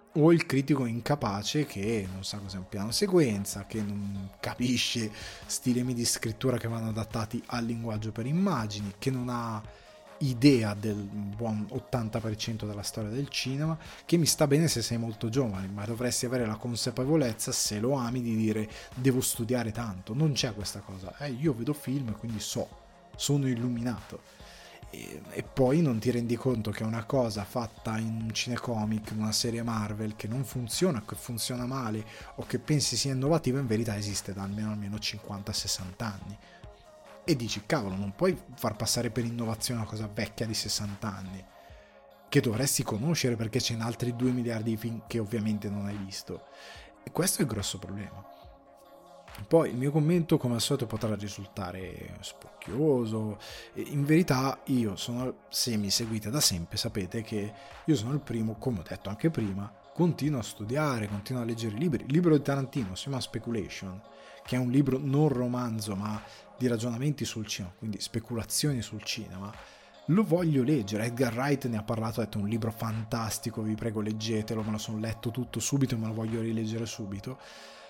o il critico incapace che non sa cos'è un piano sequenza, che non capisce stilemi di scrittura che vanno adattati al linguaggio per immagini, che non ha idea del buon ottanta per cento della storia del cinema, che mi sta bene se sei molto giovane, ma dovresti avere la consapevolezza, se lo ami, di dire devo studiare tanto. Non c'è questa cosa, eh, io vedo film quindi so, sono illuminato. E, e poi non ti rendi conto che una cosa fatta in un cinecomic, una serie Marvel, che non funziona, che funziona male o che pensi sia innovativa, in verità esiste da almeno almeno cinquanta sessanta anni. E dici, cavolo, non puoi far passare per innovazione una cosa vecchia di sessanta anni, che dovresti conoscere perché c'è in altri due miliardi di film che ovviamente non hai visto. E questo è il grosso problema. Poi il mio commento, come al solito, potrà risultare spocchioso. In verità io sono, se mi seguite da sempre, sapete che io sono il primo, come ho detto anche prima, continuo a studiare, continuo a leggere libri. Il libro di Tarantino si chiama Speculation, che è un libro non romanzo ma di ragionamenti sul cinema, quindi speculazioni sul cinema. Lo voglio leggere. Edgar Wright ne ha parlato, ha detto un libro fantastico, vi prego leggetelo, me lo sono letto tutto subito e me lo voglio rileggere subito.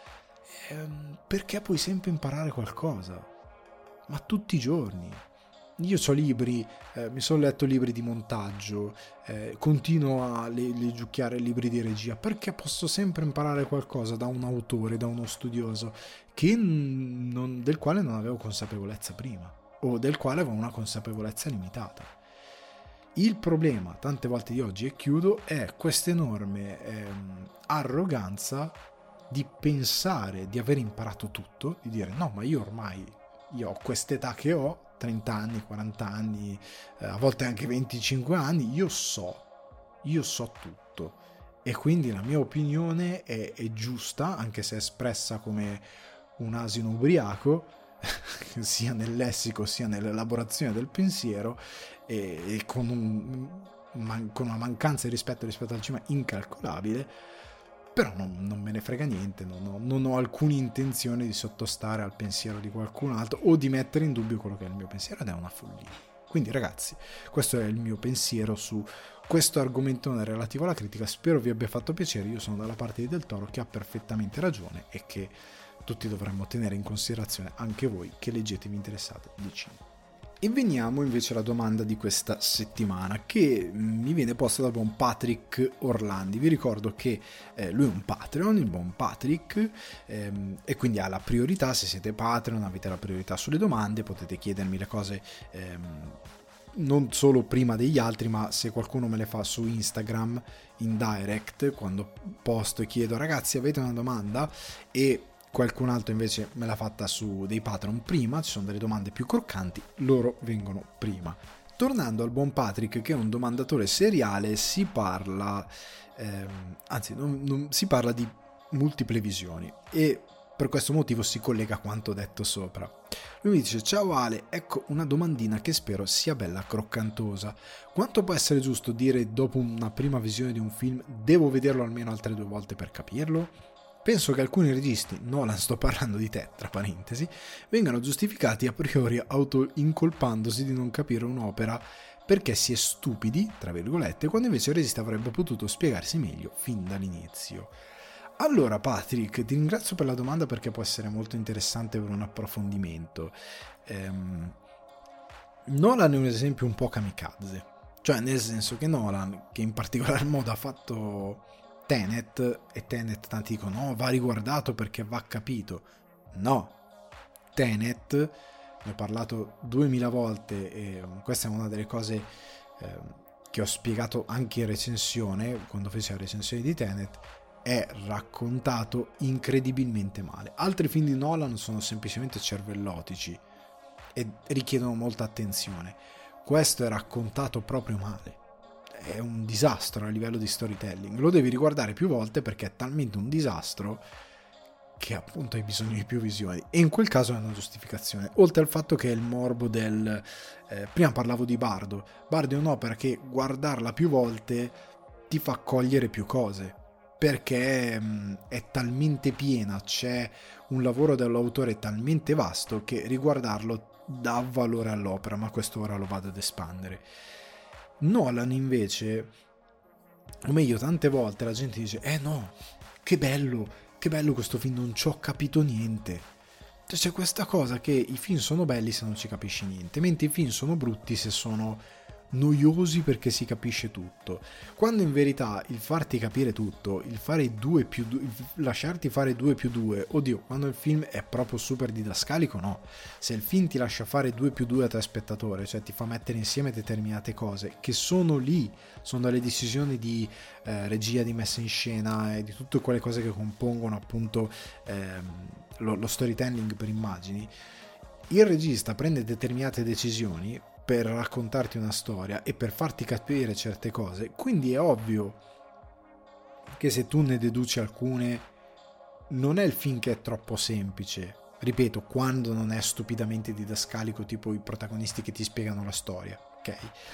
Perché puoi sempre imparare qualcosa, ma tutti i giorni. Io ho libri, eh, mi sono letto libri di montaggio, eh, continuo a le, le giucchiare libri di regia, perché posso sempre imparare qualcosa da un autore, da uno studioso che non, del quale non avevo consapevolezza prima, o del quale avevo una consapevolezza limitata. Il problema tante volte di oggi, e chiudo, è questa enorme ehm, arroganza di pensare di aver imparato tutto, di dire no, ma io ormai io ho quest'età che ho, trenta anni, quaranta anni, eh, a volte anche venticinque anni, io so, io so tutto, e quindi la mia opinione è, è giusta, anche se espressa come un asino ubriaco, sia nel lessico sia nell'elaborazione del pensiero, e, e con, un, man, con una mancanza di rispetto rispetto al cinema incalcolabile. Però non, non me ne frega niente, non ho, non ho alcuna intenzione di sottostare al pensiero di qualcun altro o di mettere in dubbio quello che è il mio pensiero, ed è una follia. Quindi ragazzi, questo è il mio pensiero su questo argomentone relativo alla critica. Spero vi abbia fatto piacere. Io sono dalla parte di Del Toro, che ha perfettamente ragione e che tutti dovremmo tenere in considerazione, anche voi che leggete e vi interessate di cinema. E veniamo invece alla domanda di questa settimana, che mi viene posta dal buon Patrick Orlandi. Vi ricordo che eh, lui è un Patreon, il buon Patrick, ehm, e quindi ha la priorità. Se siete Patreon avete la priorità sulle domande, potete chiedermi le cose ehm, non solo prima degli altri, ma se qualcuno me le fa su Instagram in direct, quando posto e chiedo ragazzi avete una domanda, e qualcun altro invece me l'ha fatta su dei Patreon prima, ci sono delle domande più croccanti, loro vengono prima. Tornando al buon Patrick, che è un domandatore seriale, si parla ehm, anzi non, non, si parla di multiple visioni, e per questo motivo si collega a quanto detto sopra. Lui mi dice: ciao Ale, ecco una domandina che spero sia bella croccantosa. Quanto può essere giusto dire dopo una prima visione di un film devo vederlo almeno altre due volte per capirlo? Penso che alcuni registi, Nolan sto parlando di te, tra parentesi, vengano giustificati a priori auto-incolpandosi di non capire un'opera perché si è stupidi, tra virgolette, quando invece il regista avrebbe potuto spiegarsi meglio fin dall'inizio. Allora Patrick, ti ringrazio per la domanda, perché può essere molto interessante per un approfondimento. Ehm, Nolan è un esempio un po' kamikaze, cioè nel senso che Nolan, che in particolar modo ha fatto Tenet, e Tenet tanti dicono no, va riguardato perché va capito. No, Tenet, ne ho parlato duemila volte e questa è una delle cose eh, che ho spiegato anche in recensione, quando feci la recensione di Tenet, è raccontato incredibilmente male. Altri film di Nolan sono semplicemente cervellotici e richiedono molta attenzione. Questo è raccontato proprio male. È un disastro a livello di storytelling. Lo devi riguardare più volte perché è talmente un disastro che appunto hai bisogno di più visioni, e in quel caso è una giustificazione, oltre al fatto che è il morbo del eh, prima parlavo di Bardo. Bardo è un'opera che guardarla più volte ti fa cogliere più cose, perché mh, è talmente piena, c'è un lavoro dell'autore talmente vasto che riguardarlo dà valore all'opera, ma questo ora lo vado ad espandere. Nolan invece o meglio, tante volte la gente dice eh no, che bello, che bello questo film, non ci ho capito niente. Cioè, c'è questa cosa che i film sono belli se non ci capisci niente, mentre i film sono brutti se sono noiosi perché si capisce tutto, quando in verità il farti capire tutto, il fare due più due, lasciarti fare due più due, oddio, quando il film è proprio super didascalico, no, se il film ti lascia fare due più due a te spettatore, cioè ti fa mettere insieme determinate cose che sono lì, sono dalle decisioni di eh, regia, di messa in scena e di tutte quelle cose che compongono appunto ehm, lo, lo storytelling per immagini, il regista prende determinate decisioni per raccontarti una storia e per farti capire certe cose, quindi è ovvio che se tu ne deduci alcune non è il film che è troppo semplice, ripeto, quando non è stupidamente didascalico tipo i protagonisti che ti spiegano la storia, ok?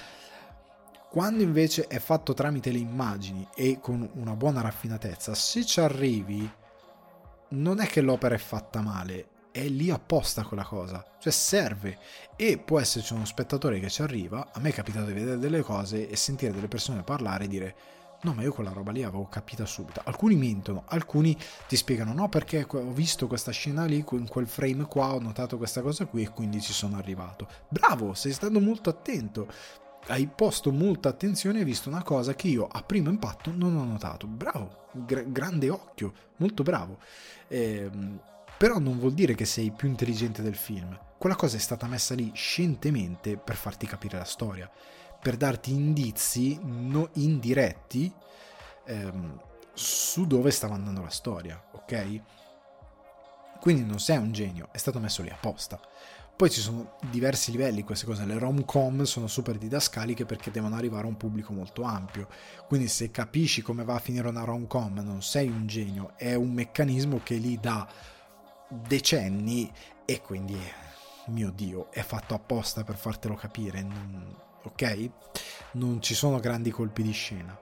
Quando invece è fatto tramite le immagini e con una buona raffinatezza, se ci arrivi non è che l'opera è fatta male, è lì apposta quella cosa, cioè serve, e può esserci uno spettatore che ci arriva, a me è capitato di vedere delle cose e sentire delle persone parlare e dire no ma io quella roba lì avevo capita subito, alcuni mentono, alcuni ti spiegano no perché ho visto questa scena lì, in quel frame qua ho notato questa cosa qui e quindi ci sono arrivato, bravo, sei stato molto attento, hai posto molta attenzione e hai visto una cosa che io a primo impatto non ho notato, bravo, Gra- grande occhio, molto bravo. Ehm, però non vuol dire che sei più intelligente del film, quella cosa è stata messa lì scientemente per farti capire la storia, per darti indizi no, indiretti ehm, su dove stava andando la storia, ok? Quindi non sei un genio, è stato messo lì apposta. Poi ci sono diversi livelli, queste cose, le rom-com sono super didascaliche perché devono arrivare a un pubblico molto ampio, quindi se capisci come va a finire una rom-com non sei un genio, è un meccanismo che lì da decenni e quindi, mio Dio, è fatto apposta per fartelo capire, non, ok? Non ci sono grandi colpi di scena.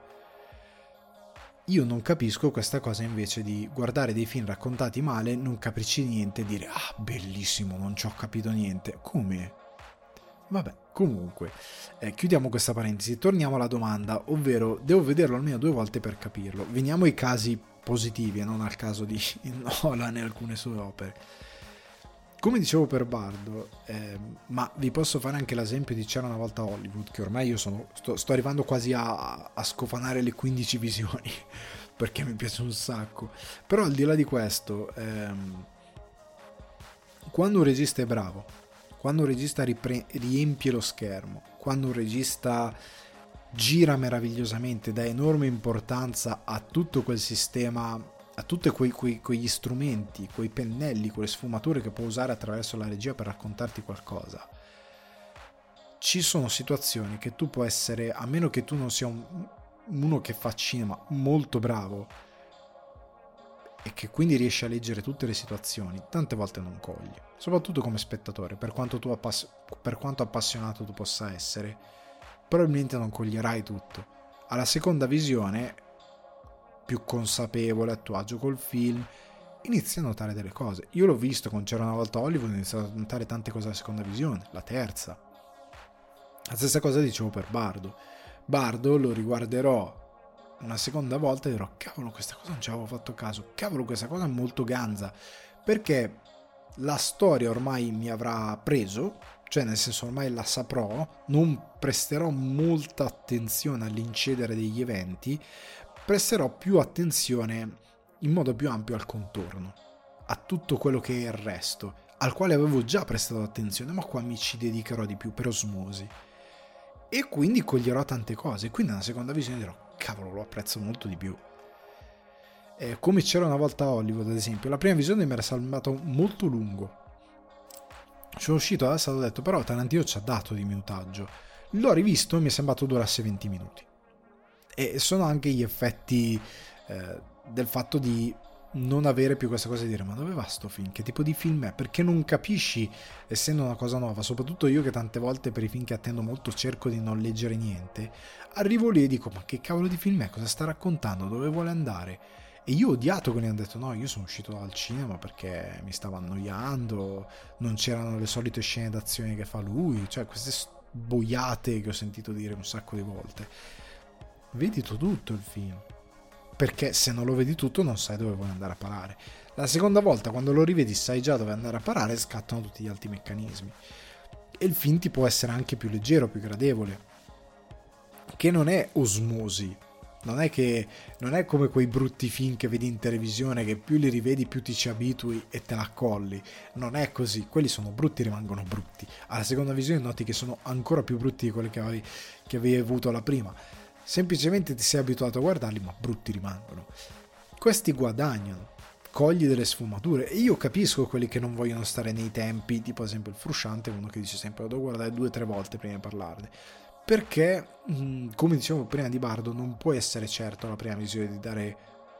Io non capisco questa cosa invece di guardare dei film raccontati male, non capisci niente e dire ah bellissimo, non ci ho capito niente. Come? Vabbè, comunque, eh, chiudiamo questa parentesi, torniamo alla domanda, ovvero devo vederlo almeno due volte per capirlo. Veniamo ai casi positivi e non al caso di Nolan e alcune sue opere. Come dicevo per Bardo, eh, ma vi posso fare anche l'esempio di C'era una volta Hollywood, che ormai io sono, sto, sto arrivando quasi a, a scofanare le quindici visioni, perché mi piace un sacco. Però al di là di questo, ehm, quando un regista è bravo, quando un regista ripre- riempie lo schermo, quando un regista gira meravigliosamente, dà enorme importanza a tutto quel sistema, a tutti quei, quei, quegli strumenti, quei pennelli, quelle sfumature che può usare attraverso la regia per raccontarti qualcosa, ci sono situazioni che tu puoi essere, a meno che tu non sia un, uno che fa cinema molto bravo e che quindi riesce a leggere tutte le situazioni, tante volte non cogli, soprattutto come spettatore, per quanto, tu appass- per quanto appassionato tu possa essere, probabilmente non coglierai tutto. Alla seconda visione, più consapevole, a tuo agio col film, inizi a notare delle cose. Io l'ho visto con C'era una volta Hollywood, ho iniziato a notare tante cose alla seconda visione, la terza. La stessa cosa dicevo per Bardo. Bardo lo riguarderò una seconda volta e dirò cavolo, questa cosa non ci avevo fatto caso, cavolo, questa cosa è molto ganza, perché la storia ormai mi avrà preso, cioè nel senso ormai la saprò, non presterò molta attenzione all'incedere degli eventi, presterò più attenzione in modo più ampio al contorno, a tutto quello che è il resto, al quale avevo già prestato attenzione, ma qua mi ci dedicherò di più per osmosi. E quindi coglierò tante cose, quindi nella seconda visione dirò cavolo, lo apprezzo molto di più. Eh, come C'era una volta Hollywood, ad esempio, la prima visione mi era sembrato molto lungo. Sono uscito adesso e ho detto però Tarantino ci ha dato di minutaggio. L'ho rivisto e mi è sembrato durasse venti minuti. E sono anche gli effetti eh, del fatto di non avere più questa cosa di dire ma dove va sto film, che tipo di film è, perché non capisci, essendo una cosa nuova, soprattutto io che tante volte per i film che attendo molto cerco di non leggere niente, arrivo lì e dico ma che cavolo di film è, cosa sta raccontando, dove vuole andare, e io ho odiato che mi hanno detto no, io sono uscito dal cinema perché mi stavo annoiando, non c'erano le solite scene d'azione che fa lui, cioè queste boiate che ho sentito dire un sacco di volte. vedi tu tutto il film, perché se non lo vedi tutto non sai dove vuoi andare a parare. La seconda volta, quando lo rivedi, sai già dove andare a parare e scattano tutti gli altri meccanismi. E il film ti può essere anche più leggero, più gradevole, che non è osmosi. Non è che non è come quei brutti film che vedi in televisione, che più li rivedi più ti ci abitui e te la accolli. Non è così, quelli sono brutti, rimangono brutti. Alla seconda visione noti che sono ancora più brutti di quelli che avevi, che avevi avuto la prima. Semplicemente ti sei abituato a guardarli, ma brutti rimangono. Questi guadagnano, cogli delle sfumature, e io capisco quelli che non vogliono stare nei tempi, tipo ad esempio il Frusciante, uno che dice sempre lo devo guardare due o tre volte prima di parlarne. Perché, come dicevo prima di Bardo, non puoi essere certo alla prima visione di dare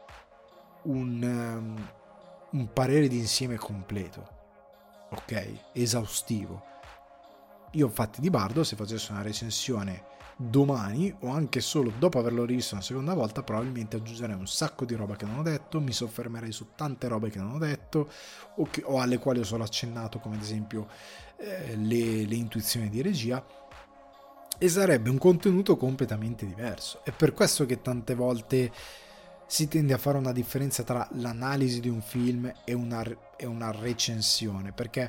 un, um, un parere d'insieme completo, ok? Esaustivo. Io infatti di Bardo, se facessi una recensione domani o anche solo dopo averlo rivisto una seconda volta, probabilmente aggiungerei un sacco di roba che non ho detto, mi soffermerei su tante robe che non ho detto o, che, o alle quali ho solo accennato, come ad esempio eh, le, le intuizioni di regia, e sarebbe un contenuto completamente diverso. È per questo che tante volte si tende a fare una differenza tra l'analisi di un film e una, e una recensione, perché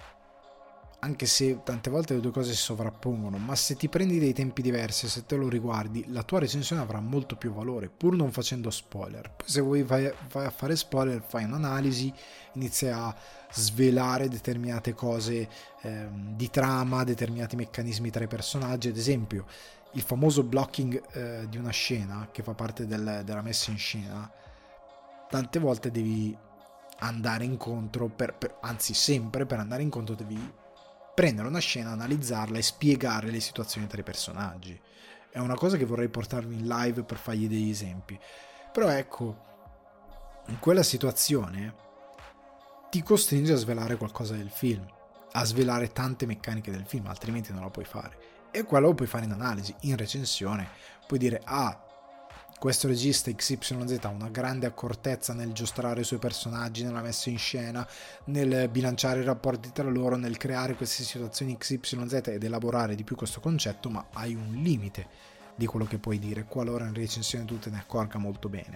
anche se tante volte le due cose si sovrappongono, ma se ti prendi dei tempi diversi, se te lo riguardi, la tua recensione avrà molto più valore, pur non facendo spoiler. Poi se vuoi vai, vai a fare spoiler, fai un'analisi, inizi a svelare determinate cose eh, di trama, determinati meccanismi tra i personaggi. Ad esempio, il famoso blocking eh, di una scena, che fa parte del, della messa in scena, tante volte devi andare incontro, per, per, anzi sempre per andare incontro devi prendere una scena, analizzarla e spiegare le situazioni tra i personaggi. È una cosa che vorrei portarvi in live per fargli degli esempi. Però ecco, in quella situazione ti costringe a svelare qualcosa del film, a svelare tante meccaniche del film, altrimenti non lo puoi fare. E quello lo puoi fare in analisi, in recensione. Puoi dire, ah, questo regista X Y Z ha una grande accortezza nel giostrare i suoi personaggi, nella messa in scena, nel bilanciare i rapporti tra loro, nel creare queste situazioni X Y Z ed elaborare di più questo concetto, ma hai un limite di quello che puoi dire, qualora in recensione tu te ne accorga molto bene.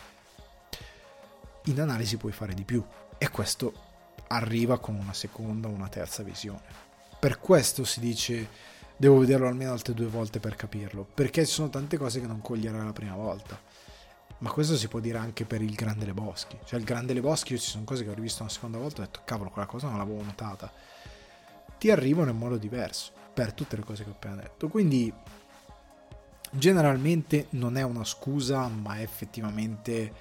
In analisi puoi fare di più, e questo arriva con una seconda o una terza visione. Per questo si dice devo vederlo almeno altre due volte per capirlo, perché ci sono tante cose che non coglierai la prima volta. Ma questo si può dire anche per il Grande Lebowski. Cioè il Grande Lebowski, io ci sono cose che ho rivisto una seconda volta e ho detto cavolo, quella cosa non l'avevo notata. Ti arrivano in modo diverso per tutte le cose che ho appena detto. Quindi generalmente non è una scusa, ma è effettivamente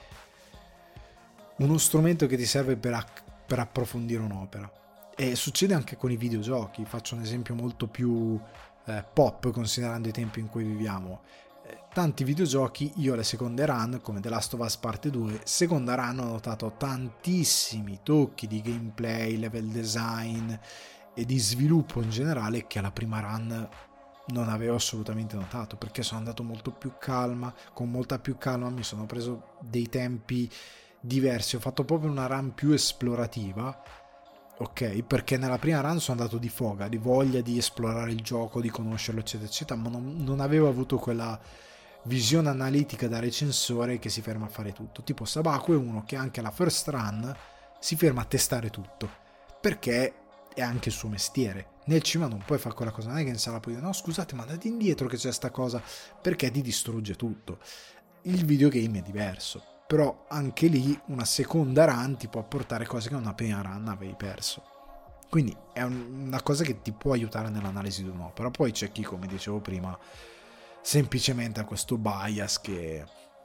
uno strumento che ti serve per, acc- per approfondire un'opera. E succede anche con i videogiochi. Faccio un esempio molto più eh, pop, considerando i tempi in cui viviamo. Eh, tanti videogiochi, io le seconde run, come The Last of Us parte due, seconda run ho notato tantissimi tocchi di gameplay, level design e di sviluppo in generale che alla prima run non avevo assolutamente notato, perché sono andato molto più calma, con molta più calma, mi sono preso dei tempi diversi, ho fatto proprio una run più esplorativa, ok, perché nella prima run sono andato di foga, di voglia di esplorare il gioco, di conoscerlo eccetera eccetera, ma non, non avevo avuto quella visione analitica da recensore che si ferma a fare tutto. Tipo Sabaku è uno che anche alla first run si ferma a testare tutto, perché è anche il suo mestiere. Nel cinema non puoi fare quella cosa, non è che in sala puoi dire no scusate ma andate indietro che c'è sta cosa, perché ti distrugge tutto. Il videogame è diverso, però anche lì una seconda run ti può portare cose che una prima run avevi perso. Quindi è un, una cosa che ti può aiutare nell'analisi di un'opera. Poi c'è chi, come dicevo prima, semplicemente ha questo bias che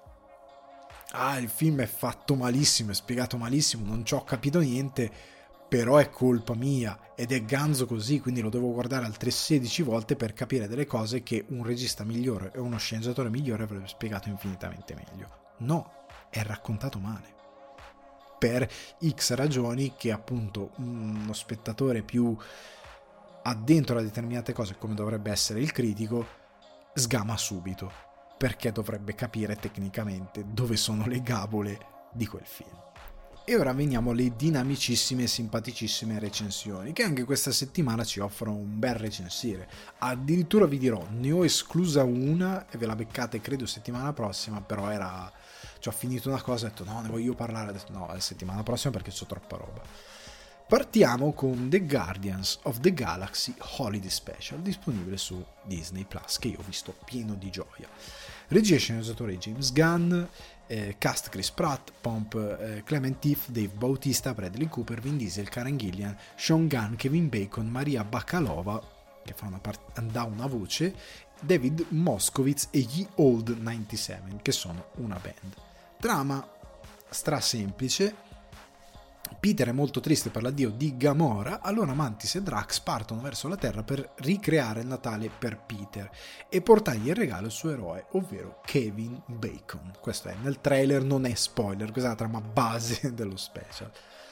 ah, il film è fatto malissimo, è spiegato malissimo, non ci ho capito niente, però è colpa mia ed è ganzo così, quindi lo devo guardare altre sedici volte per capire delle cose che un regista migliore e uno sceneggiatore migliore avrebbe spiegato infinitamente meglio. No, è raccontato male per X ragioni che appunto uno spettatore più addentro a determinate cose, come dovrebbe essere il critico, sgama subito, perché dovrebbe capire tecnicamente dove sono le gabole di quel film. E ora veniamo alle dinamicissime e simpaticissime recensioni, che anche questa settimana ci offrono un bel recensire. Addirittura vi dirò, ne ho esclusa una e ve la beccate credo settimana prossima, però era... ci ho finito una cosa e ho detto no, ne voglio parlare, ho detto no, è settimana prossima perché c'ho troppa roba. Partiamo con The Guardians of the Galaxy Holiday Special, disponibile su Disney Plus, che io ho visto pieno di gioia. Regia e sceneggiatore James Gunn, eh, cast Chris Pratt, Pomp, eh, Clement Heath, Dave Bautista, Bradley Cooper, Vin Diesel, Karen Gillian, Sean Gunn, Kevin Bacon, Maria Bakalova, che fa una part- dà una voce, David Moskowitz e gli Old novantasette, che sono una band. Trama strasemplice. Peter è molto triste per l'addio di Gamora, allora Mantis e Drax partono verso la Terra per ricreare il Natale per Peter e portargli in regalo il suo eroe, ovvero Kevin Bacon. Questo è, nel trailer non è spoiler, questa è la trama base dello special.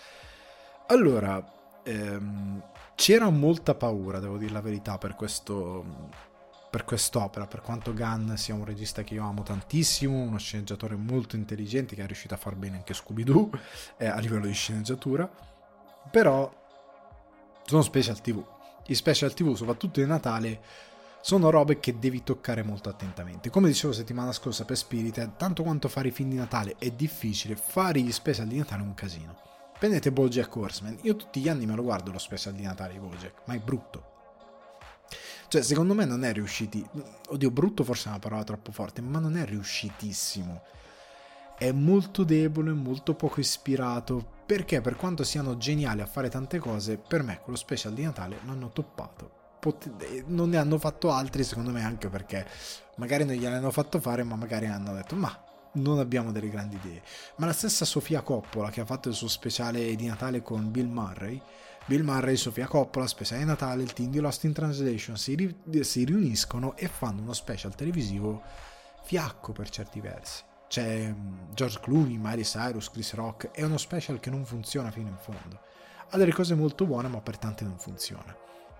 Allora, ehm, c'era molta paura, devo dire la verità, per questo... per quest'opera, per quanto Gunn sia un regista che io amo tantissimo, uno sceneggiatore molto intelligente che è riuscito a far bene anche Scooby-Doo eh, a livello di sceneggiatura, però sono special tivù. I special tivù, soprattutto di Natale, sono robe che devi toccare molto attentamente. Come dicevo settimana scorsa per Spirited, tanto quanto fare i film di Natale è difficile, fare gli special di Natale è un casino. Prendete BoJack Horseman, io tutti gli anni me lo guardo lo special di Natale di BoJack, ma è brutto. Cioè, secondo me non è riusciti... Oddio, brutto forse è una parola troppo forte, ma non è riuscitissimo. È molto debole, molto poco ispirato, perché per quanto siano geniali a fare tante cose, per me quello special di Natale l'hanno toppato. Pot- non ne hanno fatto altri, secondo me, anche perché magari non gliel'hanno fatto fare, ma magari hanno detto, ma non abbiamo delle grandi idee. Ma la stessa Sofia Coppola, che ha fatto il suo speciale di Natale con Bill Murray, Bill Murray, Sofia Coppola, speciale di Natale, il team di Lost in Translation si, ri- si riuniscono e fanno uno special televisivo fiacco per certi versi. C'è George Clooney, Miley Cyrus, Chris Rock, è uno special che non funziona fino in fondo. Ha delle cose molto buone, ma per tante non funziona.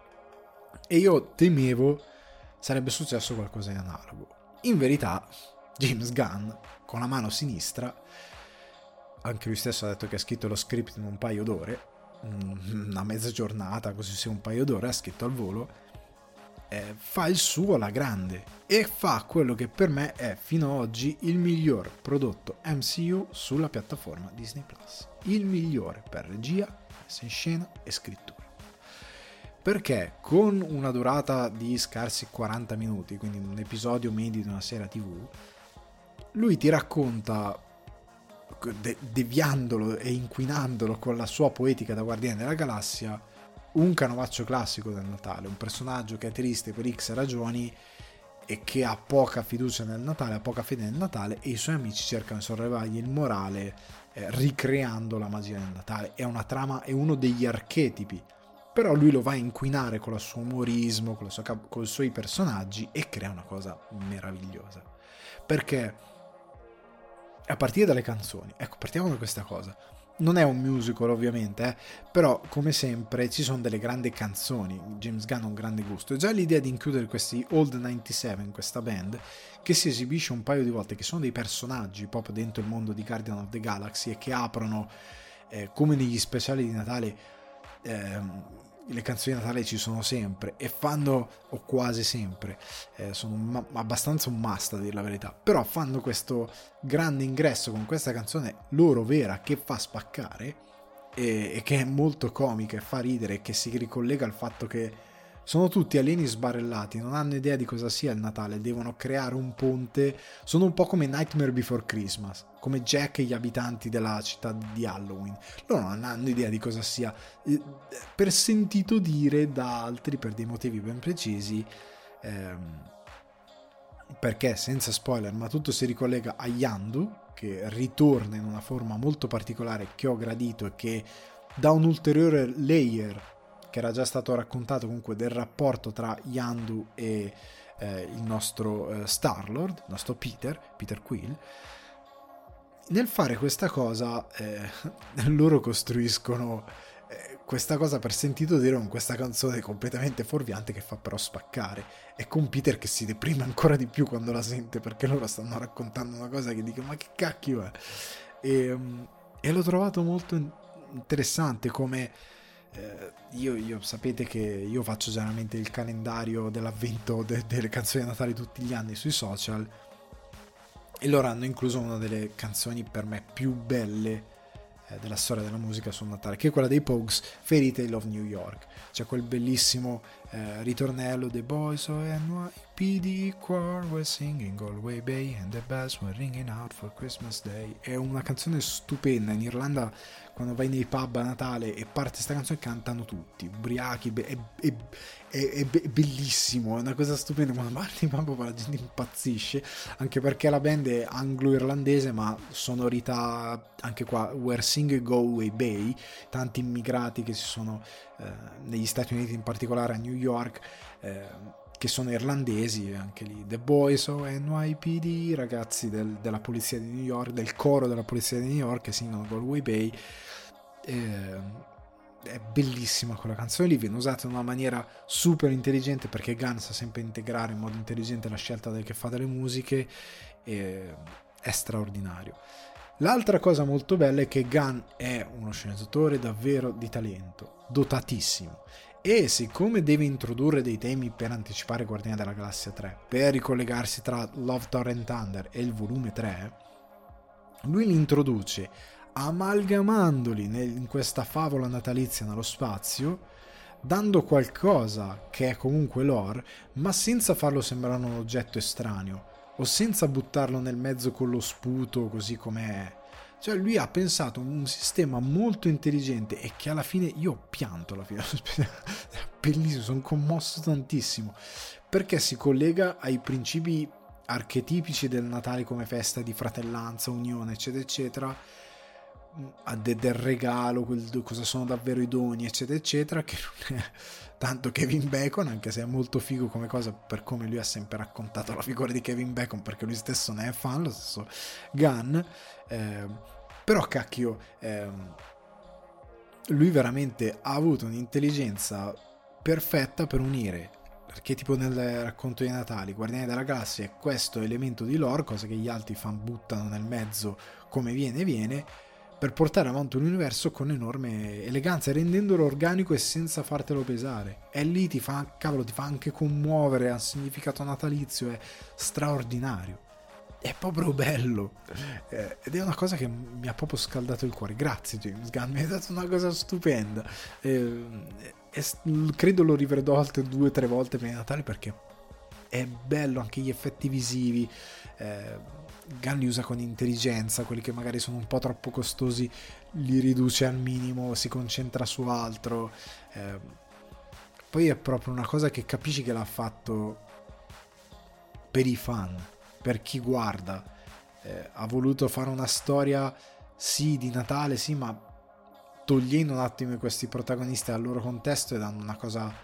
E io temevo sarebbe successo qualcosa di analogo. In verità, James Gunn, con la mano sinistra, anche lui stesso ha detto che ha scritto lo script in un paio d'ore, una mezza giornata, così sia un paio d'ore, ha scritto al volo, eh, fa il suo alla grande e fa quello che per me è fino ad oggi il miglior prodotto M C U sulla piattaforma Disney Plus, il migliore per regia, messa in scena e scrittura, perché con una durata di scarsi quaranta minuti, quindi un episodio medio di una serie tivù, lui ti racconta, De- deviandolo e inquinandolo con la sua poetica da Guardiani della Galassia, un canovaccio classico del Natale, un personaggio che è triste per X ragioni e che ha poca fiducia nel Natale, ha poca fede nel Natale, e i suoi amici cercano di sollevargli il morale eh, ricreando la magia del Natale. È una trama, è uno degli archetipi, però lui lo va a inquinare con il suo umorismo, con, la sua, con i suoi personaggi, e crea una cosa meravigliosa, perché a partire dalle canzoni, ecco, partiamo da questa cosa. Non è un musical ovviamente, eh, però come sempre ci sono delle grandi canzoni. James Gunn ha un grande gusto, e già l'idea di includere questi Old novantasette in questa band, che si esibisce un paio di volte, che sono dei personaggi proprio dentro il mondo di Guardian of the Galaxy e che aprono, eh, come negli speciali di Natale, ehm, le canzoni di Natale ci sono sempre e fanno, o quasi sempre, eh, sono ma- abbastanza un must a dire la verità, però fanno questo grande ingresso con questa canzone loro vera che fa spaccare e, e che è molto comica e fa ridere, e che si ricollega al fatto che sono tutti alieni sbarellati, non hanno idea di cosa sia il Natale, devono creare un ponte, sono un po' come Nightmare Before Christmas, come Jack e gli abitanti della città di Halloween. Loro non hanno idea di cosa sia, per sentito dire da altri, per dei motivi ben precisi, ehm, perché senza spoiler, ma tutto si ricollega a Yondu, che ritorna in una forma molto particolare che ho gradito e che dà un ulteriore layer che era già stato raccontato comunque del rapporto tra Yondu e eh, il nostro eh, Star-Lord, il nostro Peter, Peter Quill. Nel fare questa cosa eh, loro costruiscono eh, questa cosa per sentito dire con questa canzone completamente fuorviante che fa però spaccare, e con Peter che si deprime ancora di più quando la sente, perché loro stanno raccontando una cosa che dico ma che cacchio è, e, e l'ho trovato molto interessante. Come eh, io, io sapete che io faccio generalmente il calendario dell'avvento de, delle canzoni di Natale tutti gli anni sui social, e loro hanno incluso una delle canzoni per me più belle eh, della storia della musica sul Natale, che è quella dei Pogues, Fairy Tale of New York. C'è quel bellissimo eh, ritornello: The boys of N Y P D choir were singing Galway Bay and the bells were ringing out for Christmas Day. È una canzone stupenda. In Irlanda, quando vai nei pub a Natale e parte questa canzone, cantano tutti ubriachi, be- è, è, è, è, è bellissimo, è una cosa stupenda. Quando parti in pub la gente impazzisce, anche perché la band è anglo-irlandese, ma sonorità anche qua, Were Singing Galway Bay, tanti immigrati che si sono eh, negli Stati Uniti, in particolare a New York, eh, che sono irlandesi, anche lì The Boys of N Y P D, ragazzi del, della polizia di New York, del coro della polizia di New York, che singano Galway Bay. Eh, è bellissima quella canzone lì, viene usata in una maniera super intelligente, perché Gunn sa sempre integrare in modo intelligente la scelta del che fa delle musiche, e è straordinario. L'altra cosa molto bella è che Gunn è uno sceneggiatore davvero di talento, dotatissimo, e siccome deve introdurre dei temi per anticipare Guardiani della Galassia tre, per ricollegarsi tra Love, Thor and Thunder e il volume tre, lui li introduce amalgamandoli in questa favola natalizia nello spazio, dando qualcosa che è comunque lore, ma senza farlo sembrare un oggetto estraneo, o senza buttarlo nel mezzo con lo sputo così com'è. Cioè lui ha pensato un sistema molto intelligente, e che alla fine io ho pianto alla fine. Bellissimo, sono commosso tantissimo, perché si collega ai principi archetipici del Natale come festa di fratellanza, unione, eccetera eccetera, a de- del regalo, quel, cosa sono davvero i doni, eccetera eccetera, che non è tanto Kevin Bacon, anche se è molto figo come cosa, per come lui ha sempre raccontato la figura di Kevin Bacon, perché lui stesso ne è fan, lo stesso Gunn. eh, però cacchio, eh, lui veramente ha avuto un'intelligenza perfetta per unire l'archetipo nel racconto dei Natali, Guardiani della Galassia, e questo elemento di lore, cosa che gli altri fan buttano nel mezzo come viene viene, per portare avanti un universo con enorme eleganza, rendendolo organico e senza fartelo pesare. E lì ti fa, cavolo, ti fa anche commuovere, ha un significato natalizio, è straordinario. È proprio bello, eh, ed è una cosa che mi ha proprio scaldato il cuore. Grazie James Gunn, mi hai dato una cosa stupenda. Eh, e credo lo rivedrò altre due o tre volte per i Natali, perché è bello, anche gli effetti visivi. eh, Gunn li usa con intelligenza, quelli che magari sono un po' troppo costosi li riduce al minimo, si concentra su altro. Eh, poi è proprio una cosa che capisci che l'ha fatto per i fan, per chi guarda. Eh, ha voluto fare una storia sì di Natale, sì, ma togliendo un attimo questi protagonisti dal loro contesto e dando una cosa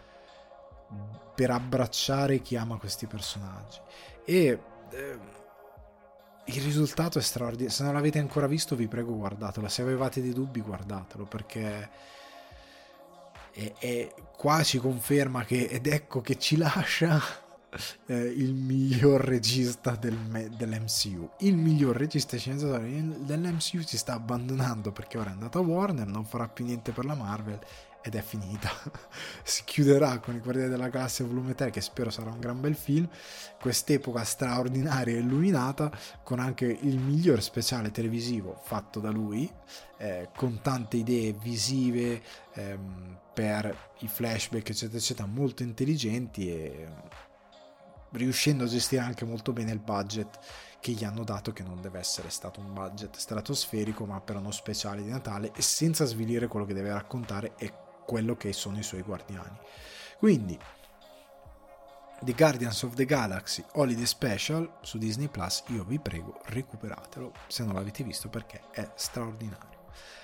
per abbracciare chi ama questi personaggi. E eh, il risultato è straordinario. Se non l'avete ancora visto, vi prego, guardatelo. Se avevate dei dubbi, guardatelo, perché è, è, qua ci conferma che, ed ecco che ci lascia eh, il miglior regista del, dell'M C U. Il miglior regista sceneggiatore dell'M C U si sta abbandonando, perché ora è andato a Warner, non farà più niente per la Marvel, ed è finita. Si chiuderà con i Guardiani della Galassia volume tre, che spero sarà un gran bel film, quest'epoca straordinaria e illuminata, con anche il miglior speciale televisivo fatto da lui, eh, con tante idee visive ehm, per i flashback eccetera eccetera, molto intelligenti, e riuscendo a gestire anche molto bene il budget che gli hanno dato, che non deve essere stato un budget stratosferico, ma per uno speciale di Natale, e senza svilire quello che deve raccontare e quello che sono i suoi guardiani. Quindi The Guardians of the Galaxy Holiday Special su Disney Plus, io vi prego, recuperatelo se non l'avete visto, perché è straordinario.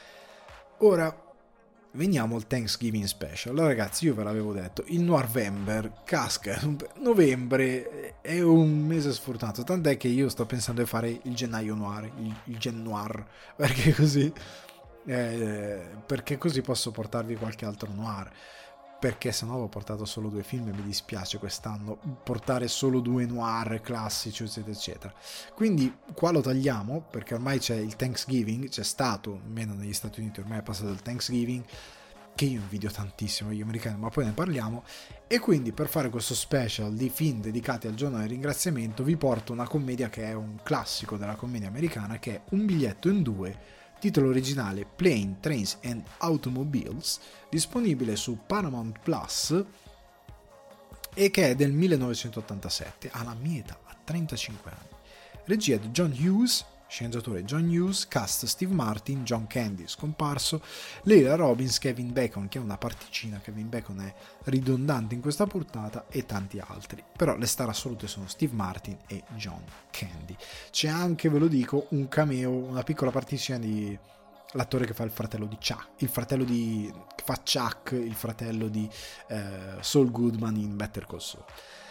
Ora veniamo al Thanksgiving Special. Ragazzi, io ve l'avevo detto, il November casca, novembre è un mese sfortunato, tant'è che io sto pensando di fare il gennaio noir, il, il Gen Noir, perché così eh, perché così posso portarvi qualche altro noir. perché sennò avevo portato solo due film e mi dispiace quest'anno portare solo due noir classici eccetera eccetera. Quindi qua lo tagliamo perché ormai c'è il Thanksgiving, c'è stato, almeno negli Stati Uniti ormai è passato il Thanksgiving, che io invidio tantissimo gli americani, ma poi ne parliamo. E quindi per fare questo special di film dedicati al giorno del ringraziamento vi porto una commedia che è un classico della commedia americana, che è Un biglietto in due, titolo originale Plane, Trains and Automobiles, disponibile su Paramount Plus e che è del millenovecentottantasette, alla mia età, a trentacinque anni. Regia di John Hughes, sceneggiatore John Hughes, cast Steve Martin, John Candy scomparso, Leila Robbins, Kevin Bacon, che è una particina, Kevin Bacon è ridondante in questa puntata, e tanti altri. Però le star assolute sono Steve Martin e John Candy. C'è anche, ve lo dico, un cameo, una piccola particina di l'attore che fa il fratello di Chuck, il fratello di che fa Chuck, il fratello di eh, Saul Goodman in Better Call Saul.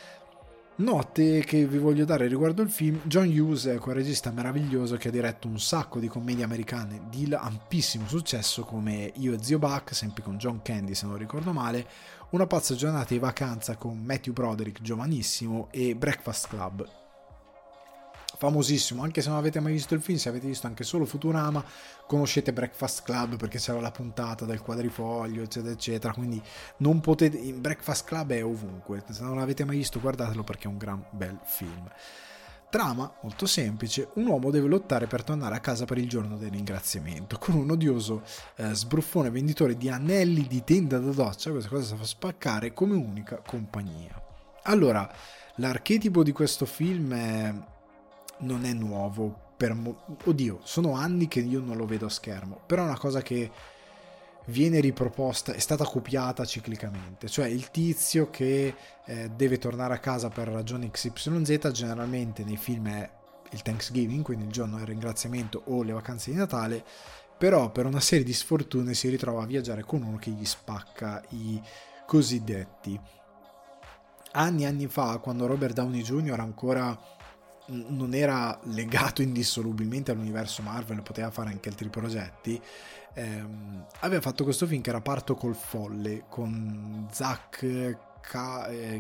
Note che vi voglio dare riguardo il film: John Hughes è quel regista meraviglioso che ha diretto un sacco di commedie americane di ampissimo successo, come Io e Zio Buck, sempre con John Candy se non ricordo male, Una pazza giornata di vacanza con Matthew Broderick giovanissimo e Breakfast Club, famosissimo. Anche se non avete mai visto il film, se avete visto anche solo Futurama, conoscete Breakfast Club perché c'era la puntata del quadrifoglio eccetera eccetera, quindi non potete, in Breakfast Club è ovunque, se non l'avete mai visto guardatelo perché è un gran bel film. Trama molto semplice: un uomo deve lottare per tornare a casa per il giorno del ringraziamento con un odioso eh, sbruffone venditore di anelli di tenda da doccia, questa cosa si fa spaccare, come unica compagnia. Allora, l'archetipo di questo film è non è nuovo, per mo- oddio, sono anni che io non lo vedo a schermo, però è una cosa che viene riproposta, è stata copiata ciclicamente, cioè il tizio che eh, deve tornare a casa per ragioni X Y Z, generalmente nei film è il Thanksgiving, quindi il giorno del ringraziamento o le vacanze di Natale, però per una serie di sfortune si ritrova a viaggiare con uno che gli spacca i cosiddetti. Anni e anni fa, quando Robert Downey junior ancora non era legato indissolubilmente all'universo Marvel, poteva fare anche altri progetti, ehm, aveva fatto questo film che era Parto col folle, con Zach Ka- eh,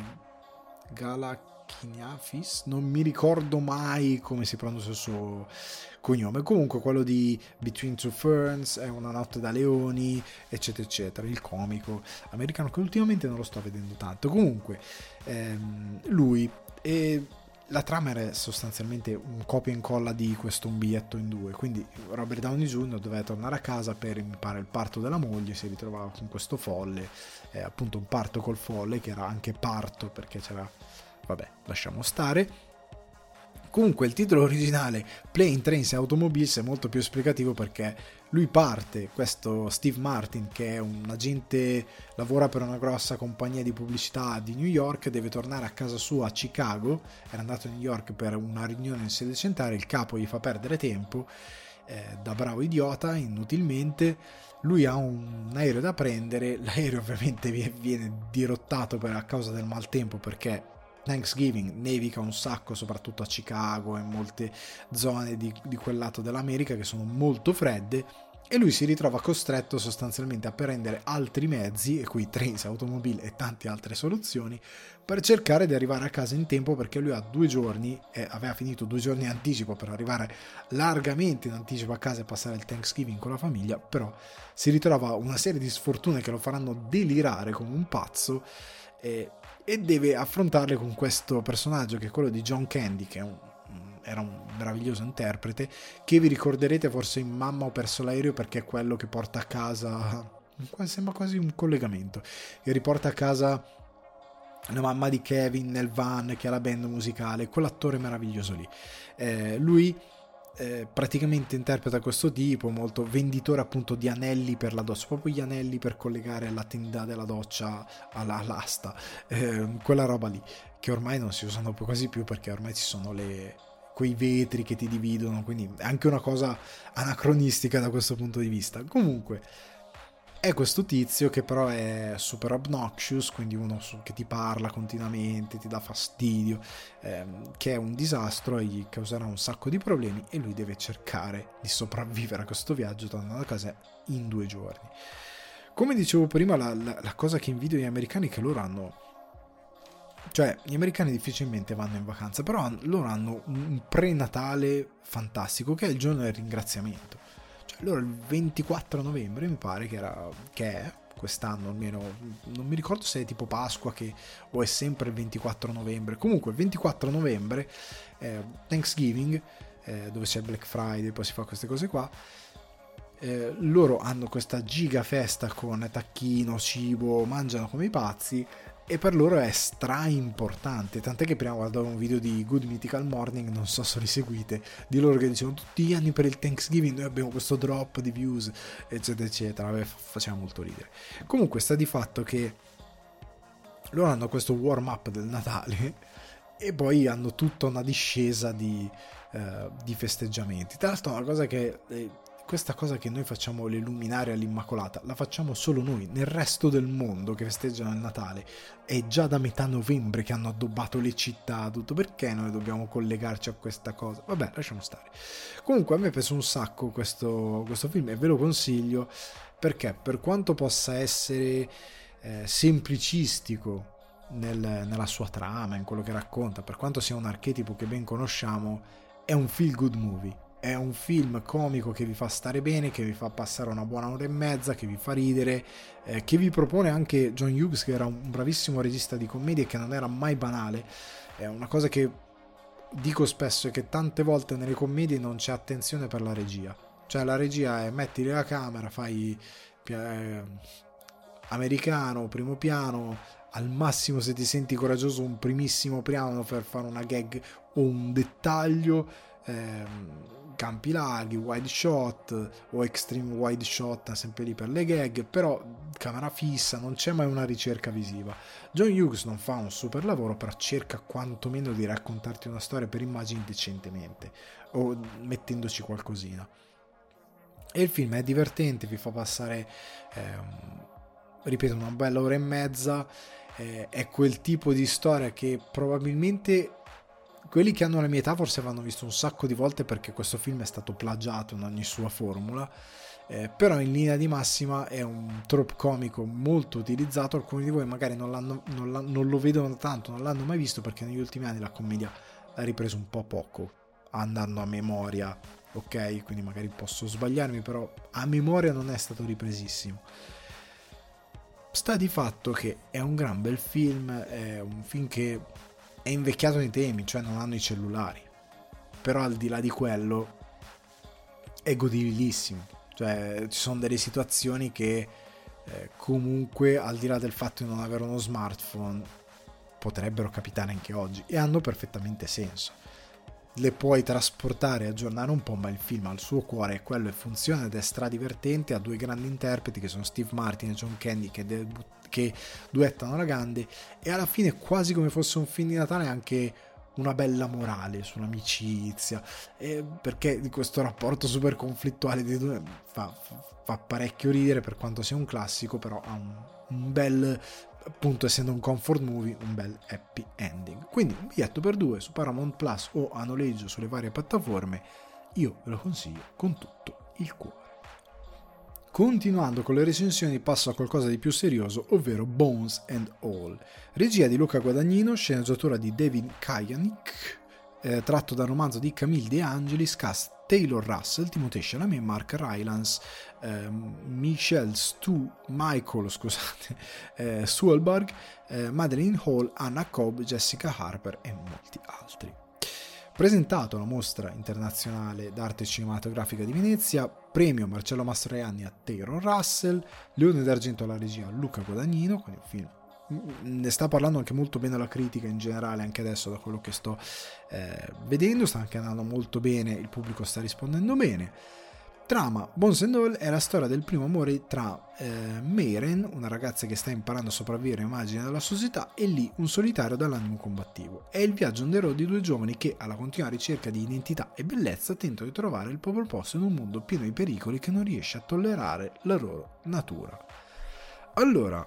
Galifianakis, non mi ricordo mai come si pronuncia il suo cognome, comunque quello di Between Two Ferns, È una notte da leoni eccetera eccetera, il comico americano che ultimamente non lo sto vedendo tanto. Comunque ehm, lui e la trama era sostanzialmente un copia e incolla di questo Un biglietto in due, quindi Robert Downey junior doveva tornare a casa per, mi pare, il parto della moglie, si ritrovava con questo folle, eh, appunto un parto col folle, che era anche parto perché c'era, vabbè, lasciamo stare. Comunque il titolo originale Plane, Trains and Automobiles è molto più esplicativo, perché lui parte, questo Steve Martin, che è un agente, lavora per una grossa compagnia di pubblicità di New York, deve tornare a casa sua a Chicago, era andato a New York per una riunione in sede centrale, il capo gli fa perdere tempo, eh, da bravo idiota, inutilmente, lui ha un aereo da prendere, l'aereo ovviamente viene dirottato per, a causa del maltempo, perché Thanksgiving nevica un sacco, soprattutto a Chicago e in molte zone di, di quel lato dell'America che sono molto fredde, e lui si ritrova costretto sostanzialmente a prendere altri mezzi, e qui trains, automobili e tante altre soluzioni, per cercare di arrivare a casa in tempo, perché lui ha due giorni, e aveva finito due giorni in anticipo per arrivare largamente in anticipo a casa e passare il Thanksgiving con la famiglia, però si ritrova una serie di sfortune che lo faranno delirare come un pazzo, e e deve affrontarle con questo personaggio che è quello di John Candy, che è un, era un meraviglioso interprete, che vi ricorderete forse in Mamma ho perso l'aereo, perché è quello che porta a casa, sembra quasi un collegamento, che riporta a casa la mamma di Kevin nel van, che ha la band musicale, quell'attore meraviglioso lì. Eh, lui Eh, praticamente interpreta questo tipo molto venditore, appunto, di anelli per la doccia, proprio gli anelli per collegare la tenda della doccia alla, all'asta, eh, quella roba lì che ormai non si usano quasi più, perché ormai ci sono le, quei vetri che ti dividono, quindi è anche una cosa anacronistica da questo punto di vista. Comunque è questo tizio che però è super obnoxious, quindi uno che ti parla continuamente, ti dà fastidio, ehm, che è un disastro e gli causerà un sacco di problemi, e lui deve cercare di sopravvivere a questo viaggio tornando a casa in due giorni. Come dicevo prima, la, la, la cosa che invidio gli americani è che loro hanno, cioè gli americani difficilmente vanno in vacanza, però loro hanno un prenatale fantastico che è il giorno del ringraziamento. Cioè loro il ventiquattro novembre mi pare che era, che è quest'anno almeno, non mi ricordo se è tipo Pasqua che, o è sempre il ventiquattro novembre, comunque il ventiquattro novembre eh, Thanksgiving, eh, dove c'è Black Friday, poi si fa queste cose qua, eh, loro hanno questa giga festa con tacchino, cibo, mangiano come i pazzi, e per loro è stra importante, tant'è che prima guardavo un video di Good Mythical Morning, non so se li seguite, di loro che dicevano tutti gli anni per il Thanksgiving noi abbiamo questo drop di views, eccetera eccetera. Vabbè, faceva molto ridere. Comunque sta di fatto che loro hanno questo warm up del Natale e poi hanno tutta una discesa di, eh, di festeggiamenti. Tra l'altro una cosa che eh, questa cosa che noi facciamo le luminarie all'Immacolata la facciamo solo noi, nel resto del mondo che festeggiano il Natale è già da metà novembre che hanno addobbato le città, tutto, perché noi dobbiamo collegarci a questa cosa? Vabbè, lasciamo stare. Comunque a me è piaciuto un sacco questo, questo film e ve lo consiglio perché per quanto possa essere eh, semplicistico nel, nella sua trama, in quello che racconta, per quanto sia un archetipo che ben conosciamo, è un feel good movie. È un film comico che vi fa stare bene, che vi fa passare una buona ora e mezza, che vi fa ridere, eh, che vi propone anche John Hughes, che era un bravissimo regista di commedie e che non era mai banale. È una cosa che dico spesso è che tante volte nelle commedie non c'è attenzione per la regia. Cioè la regia è metti la camera, fai eh, americano, primo piano, al massimo se ti senti coraggioso un primissimo piano per fare una gag o un dettaglio, ehm, campi larghi, wide shot o extreme wide shot, sempre lì per le gag, però camera fissa, non c'è mai una ricerca visiva. John Hughes non fa un super lavoro, però cerca quantomeno di raccontarti una storia per immagini decentemente o mettendoci qualcosina. E il film è divertente, vi fa passare ehm, ripeto una bella ora e mezza, eh, è quel tipo di storia che probabilmente quelli che hanno la mia età forse avranno visto un sacco di volte perché questo film è stato plagiato in ogni sua formula, eh, però in linea di massima è un trope comico molto utilizzato. Alcuni di voi magari non, l'hanno, non, l'hanno, non lo vedono tanto, non l'hanno mai visto perché negli ultimi anni la commedia l'ha ripreso un po' poco, andando a memoria, ok? Quindi magari posso sbagliarmi, però a memoria non è stato ripresissimo. Sta di fatto che è un gran bel film, è un film che è invecchiato nei temi, cioè non hanno i cellulari, però al di là di quello è godibilissimo, cioè ci sono delle situazioni che eh, comunque al di là del fatto di non avere uno smartphone potrebbero capitare anche oggi e hanno perfettamente senso, le puoi trasportare e aggiornare un po', ma il film ha il suo cuore, è quello e funziona ed è stradivertente, ha due grandi interpreti che sono Steve Martin e John Candy che, debu- che duettano alla grande e alla fine quasi come fosse un film di Natale anche una bella morale sull'amicizia, eh, perché di questo rapporto super conflittuale dei due fa, fa parecchio ridere per quanto sia un classico, però ha un, un bel, appunto essendo un comfort movie, un bel happy ending. Quindi un biglietto per due su Paramount Plus o a noleggio sulle varie piattaforme, io ve lo consiglio con tutto il cuore. Continuando con le recensioni passo a qualcosa di più serioso, ovvero Bones and All, regia di Luca Guadagnino, sceneggiatura di David Kajanik, eh, tratto dal romanzo di Camille De Angelis, cast Taylor Russell, Timothée Chalamet, Mark Rylance, eh, Michelle Stu, Michael, scusate, eh, Svalbard, eh, Madeleine Hall, Anna Cobb, Jessica Harper e molti altri. Presentato alla Mostra Internazionale d'Arte Cinematografica di Venezia, premio Marcello Mastroianni a Taylor Russell, Leone d'Argento alla regia Luca Guadagnino, quindi un film ne sta parlando anche molto bene la critica in generale, anche adesso da quello che sto eh, vedendo, sta anche andando molto bene, il pubblico sta rispondendo bene. Trama: Bones and All è la storia del primo amore tra eh, Maren, una ragazza che sta imparando a sopravvivere ai margini della società, e Lee, un solitario dall'animo combattivo. È il viaggio on the road di due giovani che, alla continua ricerca di identità e bellezza, tentano di trovare il proprio posto in un mondo pieno di pericoli che non riesce a tollerare la loro natura. Allora,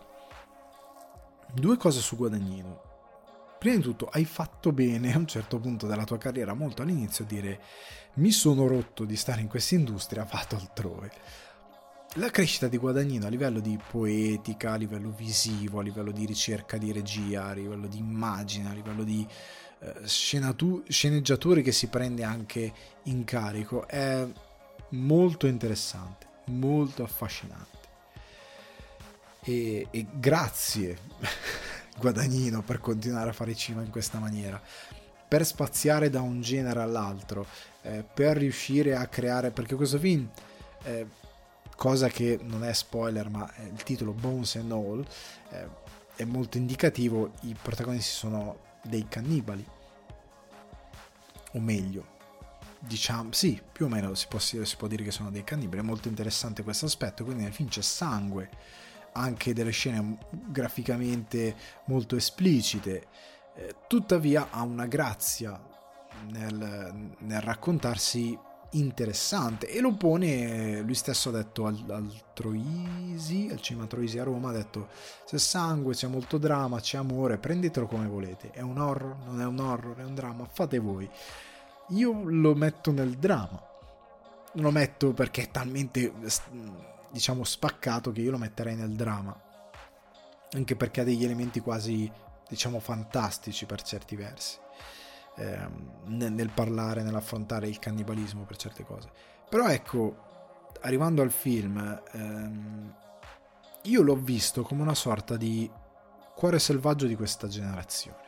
due cose su Guadagnino. Prima di tutto, hai fatto bene a un certo punto della tua carriera, molto all'inizio, a dire mi sono rotto di stare in questa industria, vado altrove. la crescita di Guadagnino a livello di poetica, a livello visivo, a livello di ricerca di regia, a livello di immagine, a livello di eh, scenatu- sceneggiature che si prende anche in carico, è molto interessante, molto affascinante. E, e grazie Guadagnino per continuare a fare cinema in questa maniera, per spaziare da un genere all'altro, eh, per riuscire a creare, perché questo film, eh, cosa che non è spoiler, ma è il titolo Bones and All, eh, è molto indicativo. I protagonisti sono dei cannibali, o meglio, diciamo, sì, più o meno si può, si può dire che sono dei cannibali. È molto interessante questo aspetto. Quindi nel film c'è sangue, anche delle scene graficamente molto esplicite, eh, tuttavia ha una grazia nel, nel raccontarsi interessante, e lo pone, lui stesso ha detto al, al Troisi, al cinema Troisi a Roma, ha detto: c'è sangue, c'è molto dramma, c'è amore, prendetelo come volete, è un horror, non è un horror, è un dramma, fate voi. Io lo metto nel dramma, lo metto perché è talmente, diciamo, spaccato, che io lo metterei nel dramma, anche perché ha degli elementi quasi, diciamo, fantastici per certi versi, ehm, nel, nel parlare, nell'affrontare il cannibalismo per certe cose. Però ecco, arrivando al film, ehm, io l'ho visto come una sorta di cuore selvaggio di questa generazione,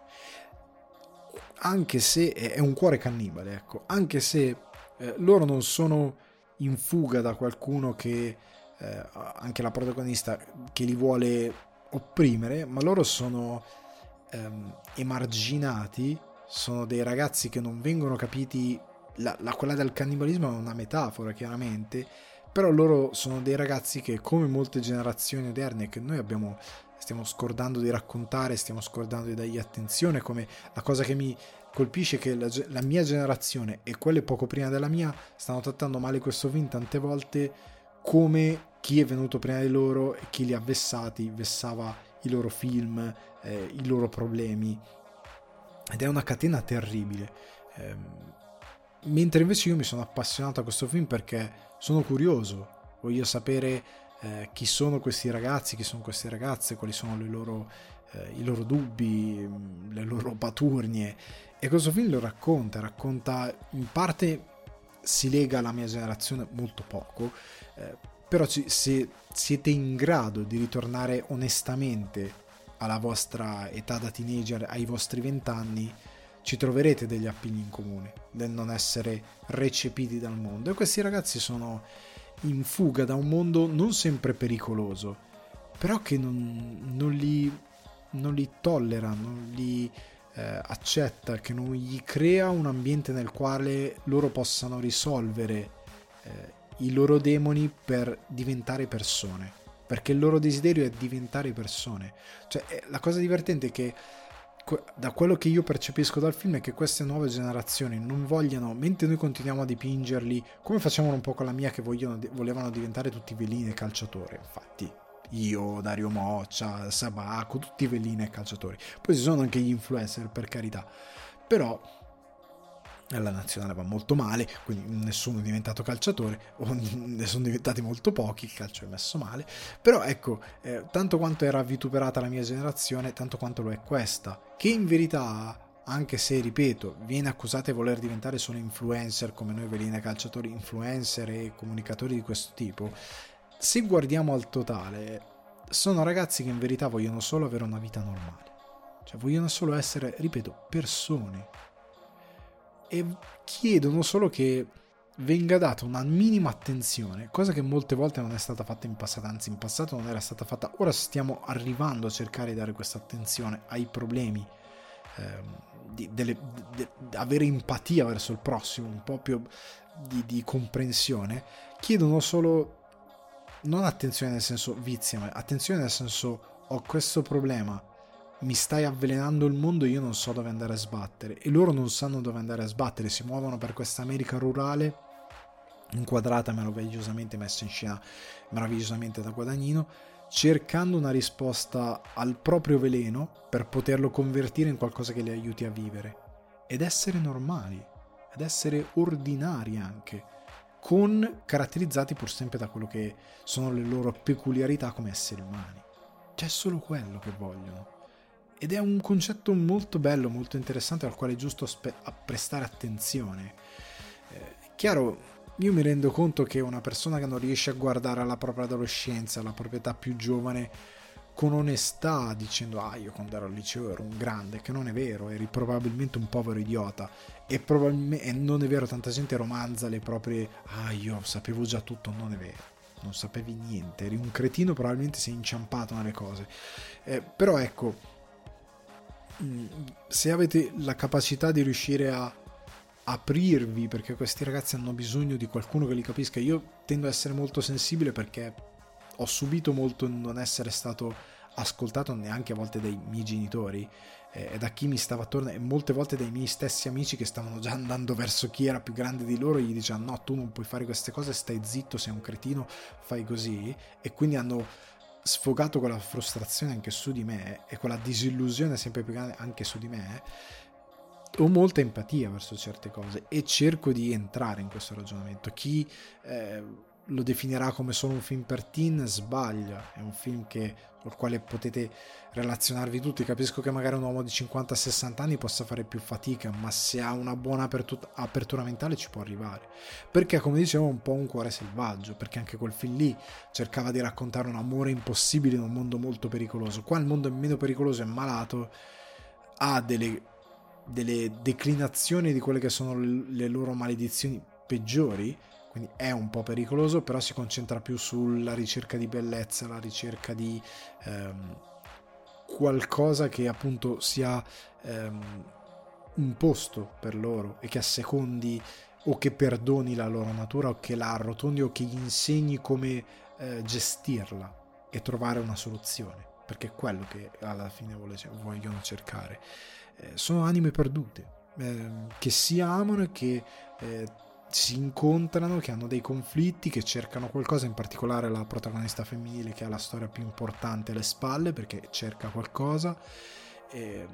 anche se è un cuore cannibale, ecco, anche se eh, loro non sono in fuga da qualcuno che, eh, anche la protagonista, che li vuole opprimere, ma loro sono ehm, emarginati, sono dei ragazzi che non vengono capiti. La, la, quella del cannibalismo è una metafora, chiaramente, però loro sono dei ragazzi che, come molte generazioni oderne che noi abbiamo, stiamo scordando di raccontare, stiamo scordando di dargli attenzione, come la cosa che mi colpisce è che la, la mia generazione e quelle poco prima della mia stanno trattando male questo film tante volte, come chi è venuto prima di loro e chi li ha vessati vessava i loro film, eh, i loro problemi, ed è una catena terribile. Eh, mentre invece io mi sono appassionato a questo film perché sono curioso, voglio sapere eh, chi sono questi ragazzi, chi sono queste ragazze, quali sono le loro, eh, i loro dubbi, le loro paturnie, e questo film lo racconta, racconta in parte, si lega alla mia generazione molto poco, eh, però ci, se siete in grado di ritornare onestamente alla vostra età da teenager, ai vostri vent'anni, ci troverete degli appigli in comune del non essere recepiti dal mondo, e questi ragazzi sono in fuga da un mondo non sempre pericoloso, però che non, non li non li tollera, non li eh, accetta, che non gli crea un ambiente nel quale loro possano risolvere eh, i loro demoni per diventare persone, perché il loro desiderio è diventare persone. Cioè, la cosa divertente è che, da quello che io percepisco dal film, è che queste nuove generazioni non vogliono, mentre noi continuiamo a dipingerli come facevano un po' con la mia, che vogliono, volevano diventare tutti velini e calciatori. Infatti io, Dario Moccia, Sabaco, tutti velini e calciatori. Poi ci sono anche gli influencer, per carità, però la nazionale va molto male, quindi nessuno è diventato calciatore, o ne sono diventati molto pochi, il calcio è messo male. Però ecco, eh, tanto quanto era vituperata la mia generazione, tanto quanto lo è questa, che in verità, anche se, ripeto, viene accusata di voler diventare solo influencer, come noi velini calciatori, influencer e comunicatori di questo tipo, se guardiamo al totale, sono ragazzi che in verità vogliono solo avere una vita normale, cioè vogliono solo essere, ripeto, persone, e chiedono solo che venga data una minima attenzione, cosa che molte volte non è stata fatta in passato, anzi in passato non era stata fatta. Ora stiamo arrivando a cercare di dare questa attenzione ai problemi, ehm, di, delle, de, de, avere empatia verso il prossimo, un po' più di, di comprensione. Chiedono solo, non attenzione nel senso vizia, ma attenzione nel senso: ho questo problema, mi stai avvelenando il mondo, io non so dove andare a sbattere, e loro non sanno dove andare a sbattere, si muovono per questa America rurale inquadrata meravigliosamente, messa in scena meravigliosamente da Guadagnino, cercando una risposta al proprio veleno per poterlo convertire in qualcosa che li aiuti a vivere ed essere normali, ed essere ordinari anche, con caratterizzati pur sempre da quello che sono le loro peculiarità come esseri umani. C'è solo quello che vogliono. Ed è un concetto molto bello, molto interessante, al quale è giusto spe- a prestare attenzione. Eh, chiaro, io mi rendo conto che una persona che non riesce a guardare alla propria adolescenza, alla propria età più giovane, con onestà, dicendo ah io quando ero al liceo ero un grande, che non è vero, eri probabilmente un povero idiota, e, probabilmente, e non è vero, tanta gente romanza le proprie ah io sapevo già tutto, non è vero, non sapevi niente, eri un cretino, probabilmente sei inciampato nelle cose. Eh, però ecco, se avete la capacità di riuscire a aprirvi, perché questi ragazzi hanno bisogno di qualcuno che li capisca. Io tendo a essere molto sensibile perché ho subito molto non essere stato ascoltato neanche a volte dai miei genitori eh, e da chi mi stava attorno, e molte volte dai miei stessi amici che stavano già andando verso chi era più grande di loro, e gli dicevano no, tu non puoi fare queste cose, stai zitto, sei un cretino, fai così, e quindi hanno sfogato quella frustrazione anche su di me e quella disillusione sempre più grande anche su di me. Ho molta empatia verso certe cose e cerco di entrare in questo ragionamento. Chi eh, lo definirà come solo un film per teen sbaglia, è un film che, col quale potete relazionarvi tutti. Capisco che magari un uomo di cinquanta sessanta anni possa fare più fatica, ma se ha una buona apertura, apertura mentale ci può arrivare, perché come dicevo è un po' un cuore selvaggio, perché anche quel film lì cercava di raccontare un amore impossibile in un mondo molto pericoloso. Qua il mondo è meno pericoloso e malato, ha delle delle declinazioni di quelle che sono le loro maledizioni peggiori, quindi è un po' pericoloso, però si concentra più sulla ricerca di bellezza, la ricerca di ehm, qualcosa che appunto sia ehm, un posto per loro e che assecondi o che perdoni la loro natura o che la arrotondi o che gli insegni come eh, gestirla e trovare una soluzione, perché è quello che alla fine vogliono cercare. Eh, sono anime perdute eh, che si amano e che eh, si incontrano, che hanno dei conflitti, che cercano qualcosa, in particolare la protagonista femminile che ha la storia più importante alle spalle perché cerca qualcosa, eh,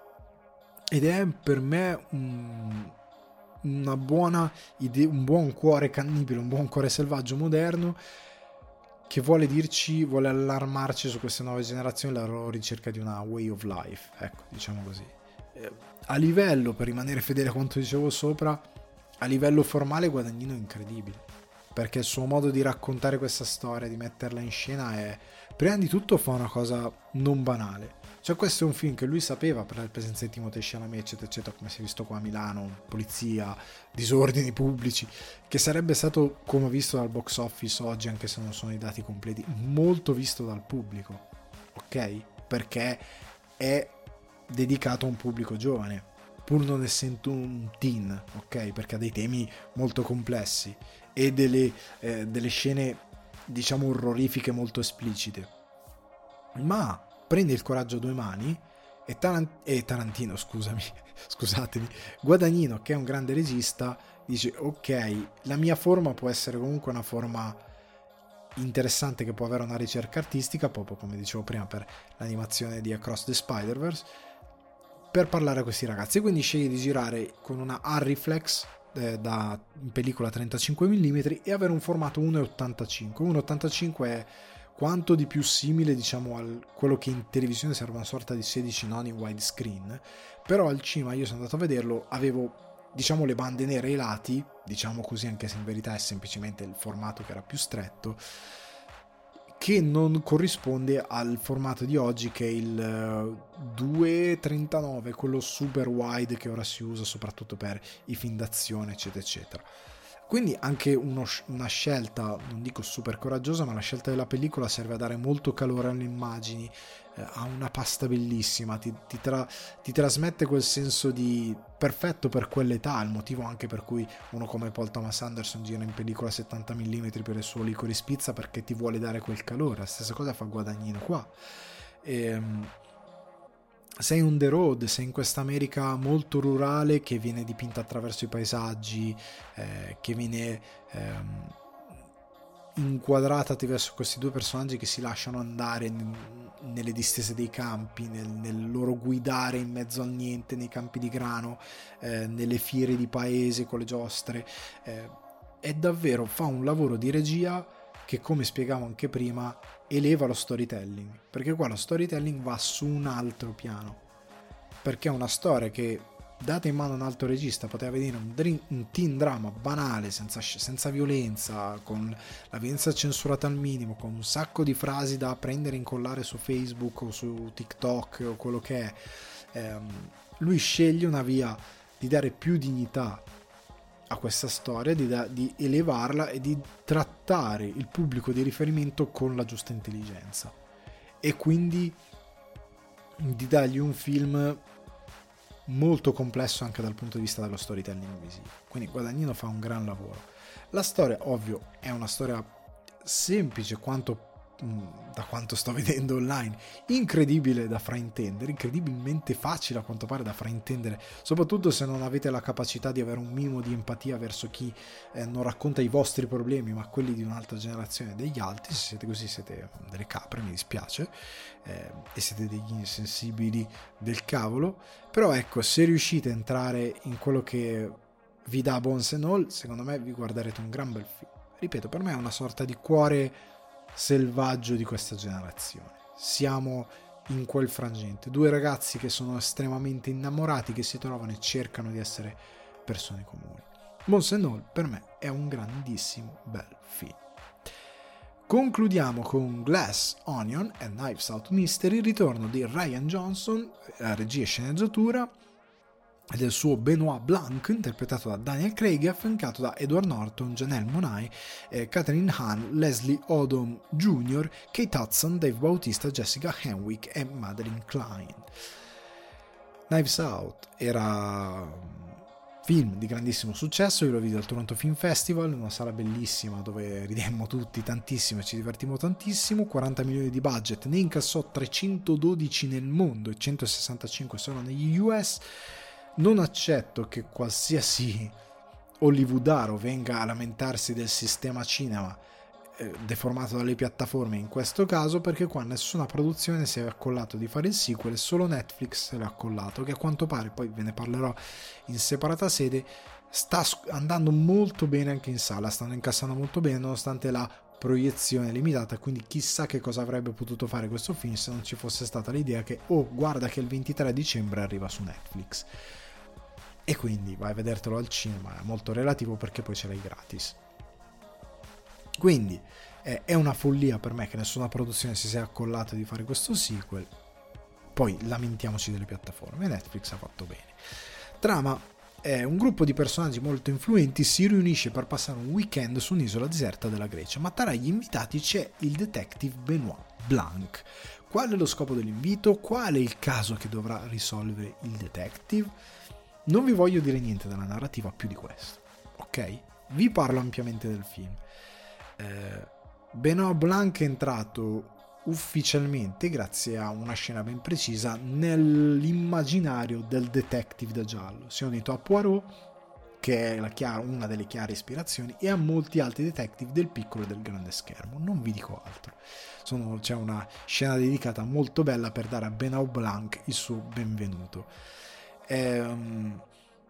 ed è per me un, una buona idea, un buon cuore cannibile, un buon cuore selvaggio moderno che vuole dirci, vuole allarmarci su queste nuove generazioni, la loro ricerca di una way of life, ecco, diciamo così. A livello, per rimanere fedele a quanto dicevo sopra, a livello formale Guadagnino è incredibile, perché il suo modo di raccontare questa storia, di metterla in scena è, prima di tutto fa una cosa non banale. Cioè questo è un film che lui sapeva per la presenza di Timothée Chalamet eccetera eccetera, come si è visto qua a Milano, polizia, disordini pubblici, che sarebbe stato, come visto dal box office oggi, anche se non sono i dati completi, molto visto dal pubblico, ok? Perché è dedicato a un pubblico giovane, pur non essendo un teen, ok? Perché ha dei temi molto complessi e delle, eh, delle scene, diciamo, orrorifiche molto esplicite, ma prende il coraggio a due mani e, Tarant- e Tarantino, scusami, scusatemi, Guadagnino, che è un grande regista, dice ok, la mia forma può essere comunque una forma interessante che può avere una ricerca artistica, proprio come dicevo prima per l'animazione di Across the Spider-Verse, per parlare a questi ragazzi, e quindi sceglie di girare con una Arriflex eh, da in pellicola trentacinque millimetri e avere un formato uno virgola ottantacinque. uno virgola ottantacinque è quanto di più simile, diciamo, a quello che in televisione serve una sorta di sedici noni widescreen, però al cinema, io sono andato a vederlo, avevo, diciamo, le bande nere ai lati, diciamo così, anche se in verità è semplicemente il formato che era più stretto, che non corrisponde al formato di oggi, che è il due virgola trentanove, quello super wide che ora si usa soprattutto per i film d'azione eccetera eccetera. Quindi anche uno, una scelta, non dico super coraggiosa, ma la scelta della pellicola serve a dare molto calore alle immagini, eh, ha una pasta bellissima, ti, ti, tra, ti trasmette quel senso di perfetto per quell'età, il motivo anche per cui uno come Paul Thomas Anderson gira in pellicola settanta millimetri per il suo Licorice Pizza, perché ti vuole dare quel calore. La stessa cosa fa Guadagnino qua. E, sei on the road, sei in questa America molto rurale che viene dipinta attraverso i paesaggi, eh, che viene ehm, inquadrata attraverso questi due personaggi che si lasciano andare n- nelle distese dei campi, nel, nel loro guidare in mezzo al niente nei campi di grano, eh, nelle fiere di paese con le giostre. Eh, è davvero, fa un lavoro di regia che, come spiegavo anche prima, eleva lo storytelling, perché qua lo storytelling va su un altro piano, perché è una storia che, data in mano a un altro regista, poteva vedere un, dream, un teen drama banale, senza, senza violenza, con la violenza censurata al minimo, con un sacco di frasi da prendere e incollare su Facebook o su TikTok o quello che è. Ehm, lui sceglie una via di dare più dignità a questa storia, di, da, di elevarla e di trattare il pubblico di riferimento con la giusta intelligenza, e quindi di dargli un film molto complesso anche dal punto di vista dello storytelling visivo. Quindi Guadagnino fa un gran lavoro. La storia, ovvio, è una storia semplice quanto da quanto sto vedendo online, incredibile da fraintendere, incredibilmente facile a quanto pare da fraintendere, soprattutto se non avete la capacità di avere un minimo di empatia verso chi eh, non racconta i vostri problemi ma quelli di un'altra generazione degli altri. Se siete così siete delle capre, mi dispiace, eh, e siete degli insensibili del cavolo. Però ecco, se riuscite a entrare in quello che vi dà Bones and All, secondo me vi guarderete un gran bel film. Ripeto, per me è una sorta di cuore selvaggio di questa generazione. Siamo in quel frangente, due ragazzi che sono estremamente innamorati, che si trovano e cercano di essere persone comuni. Bones and All per me è un grandissimo bel film. Concludiamo con Glass Onion e Knives Out Mystery, il ritorno di Rian Johnson, regia e sceneggiatura, del suo Benoit Blanc, interpretato da Daniel Craig, affiancato da Edward Norton, Janelle Monáe, eh, Catherine Hahn, Leslie Odom junior, Kate Hudson, Dave Bautista, Jessica Henwick e Madeline Klein. Knives Out era un film di grandissimo successo, io lo vidi al Toronto Film Festival, una sala bellissima dove ridemmo tutti tantissimo e ci divertimmo tantissimo. Quaranta milioni di budget, ne incassò trecentododici nel mondo e centosessantacinque solo negli U S. Non accetto che qualsiasi hollywoodaro venga a lamentarsi del sistema cinema eh, deformato dalle piattaforme in questo caso, perché qua nessuna produzione si è accollato di fare il sequel, solo Netflix se l'ha accollato, che a quanto pare, poi ve ne parlerò in separata sede, sta andando molto bene anche in sala, stanno incassando molto bene nonostante la proiezione limitata, quindi chissà che cosa avrebbe potuto fare questo film se non ci fosse stata l'idea che, oh, guarda che il ventitré dicembre arriva su Netflix. E quindi vai a vedertelo al cinema, è molto relativo perché poi ce l'hai gratis. Quindi eh, è una follia per me che nessuna produzione si sia accollata di fare questo sequel. Poi lamentiamoci delle piattaforme, Netflix ha fatto bene. Trama: è un gruppo di personaggi molto influenti si riunisce per passare un weekend su un'isola deserta della Grecia, ma tra gli invitati c'è il detective Benoit Blanc. Qual è lo scopo dell'invito? Qual è il caso che dovrà risolvere il detective? Non vi voglio dire niente della narrativa più di questo, ok? Vi parlo ampiamente del film. Eh, Benoit Blanc è entrato ufficialmente, grazie a una scena ben precisa, nell'immaginario del detective da giallo. Si è unito a Poirot, che è la chiara, una delle chiare ispirazioni, e a molti altri detective del piccolo e del grande schermo. Non vi dico altro. Sono, c'è una scena dedicata molto bella per dare a Benoit Blanc il suo benvenuto. Ehm,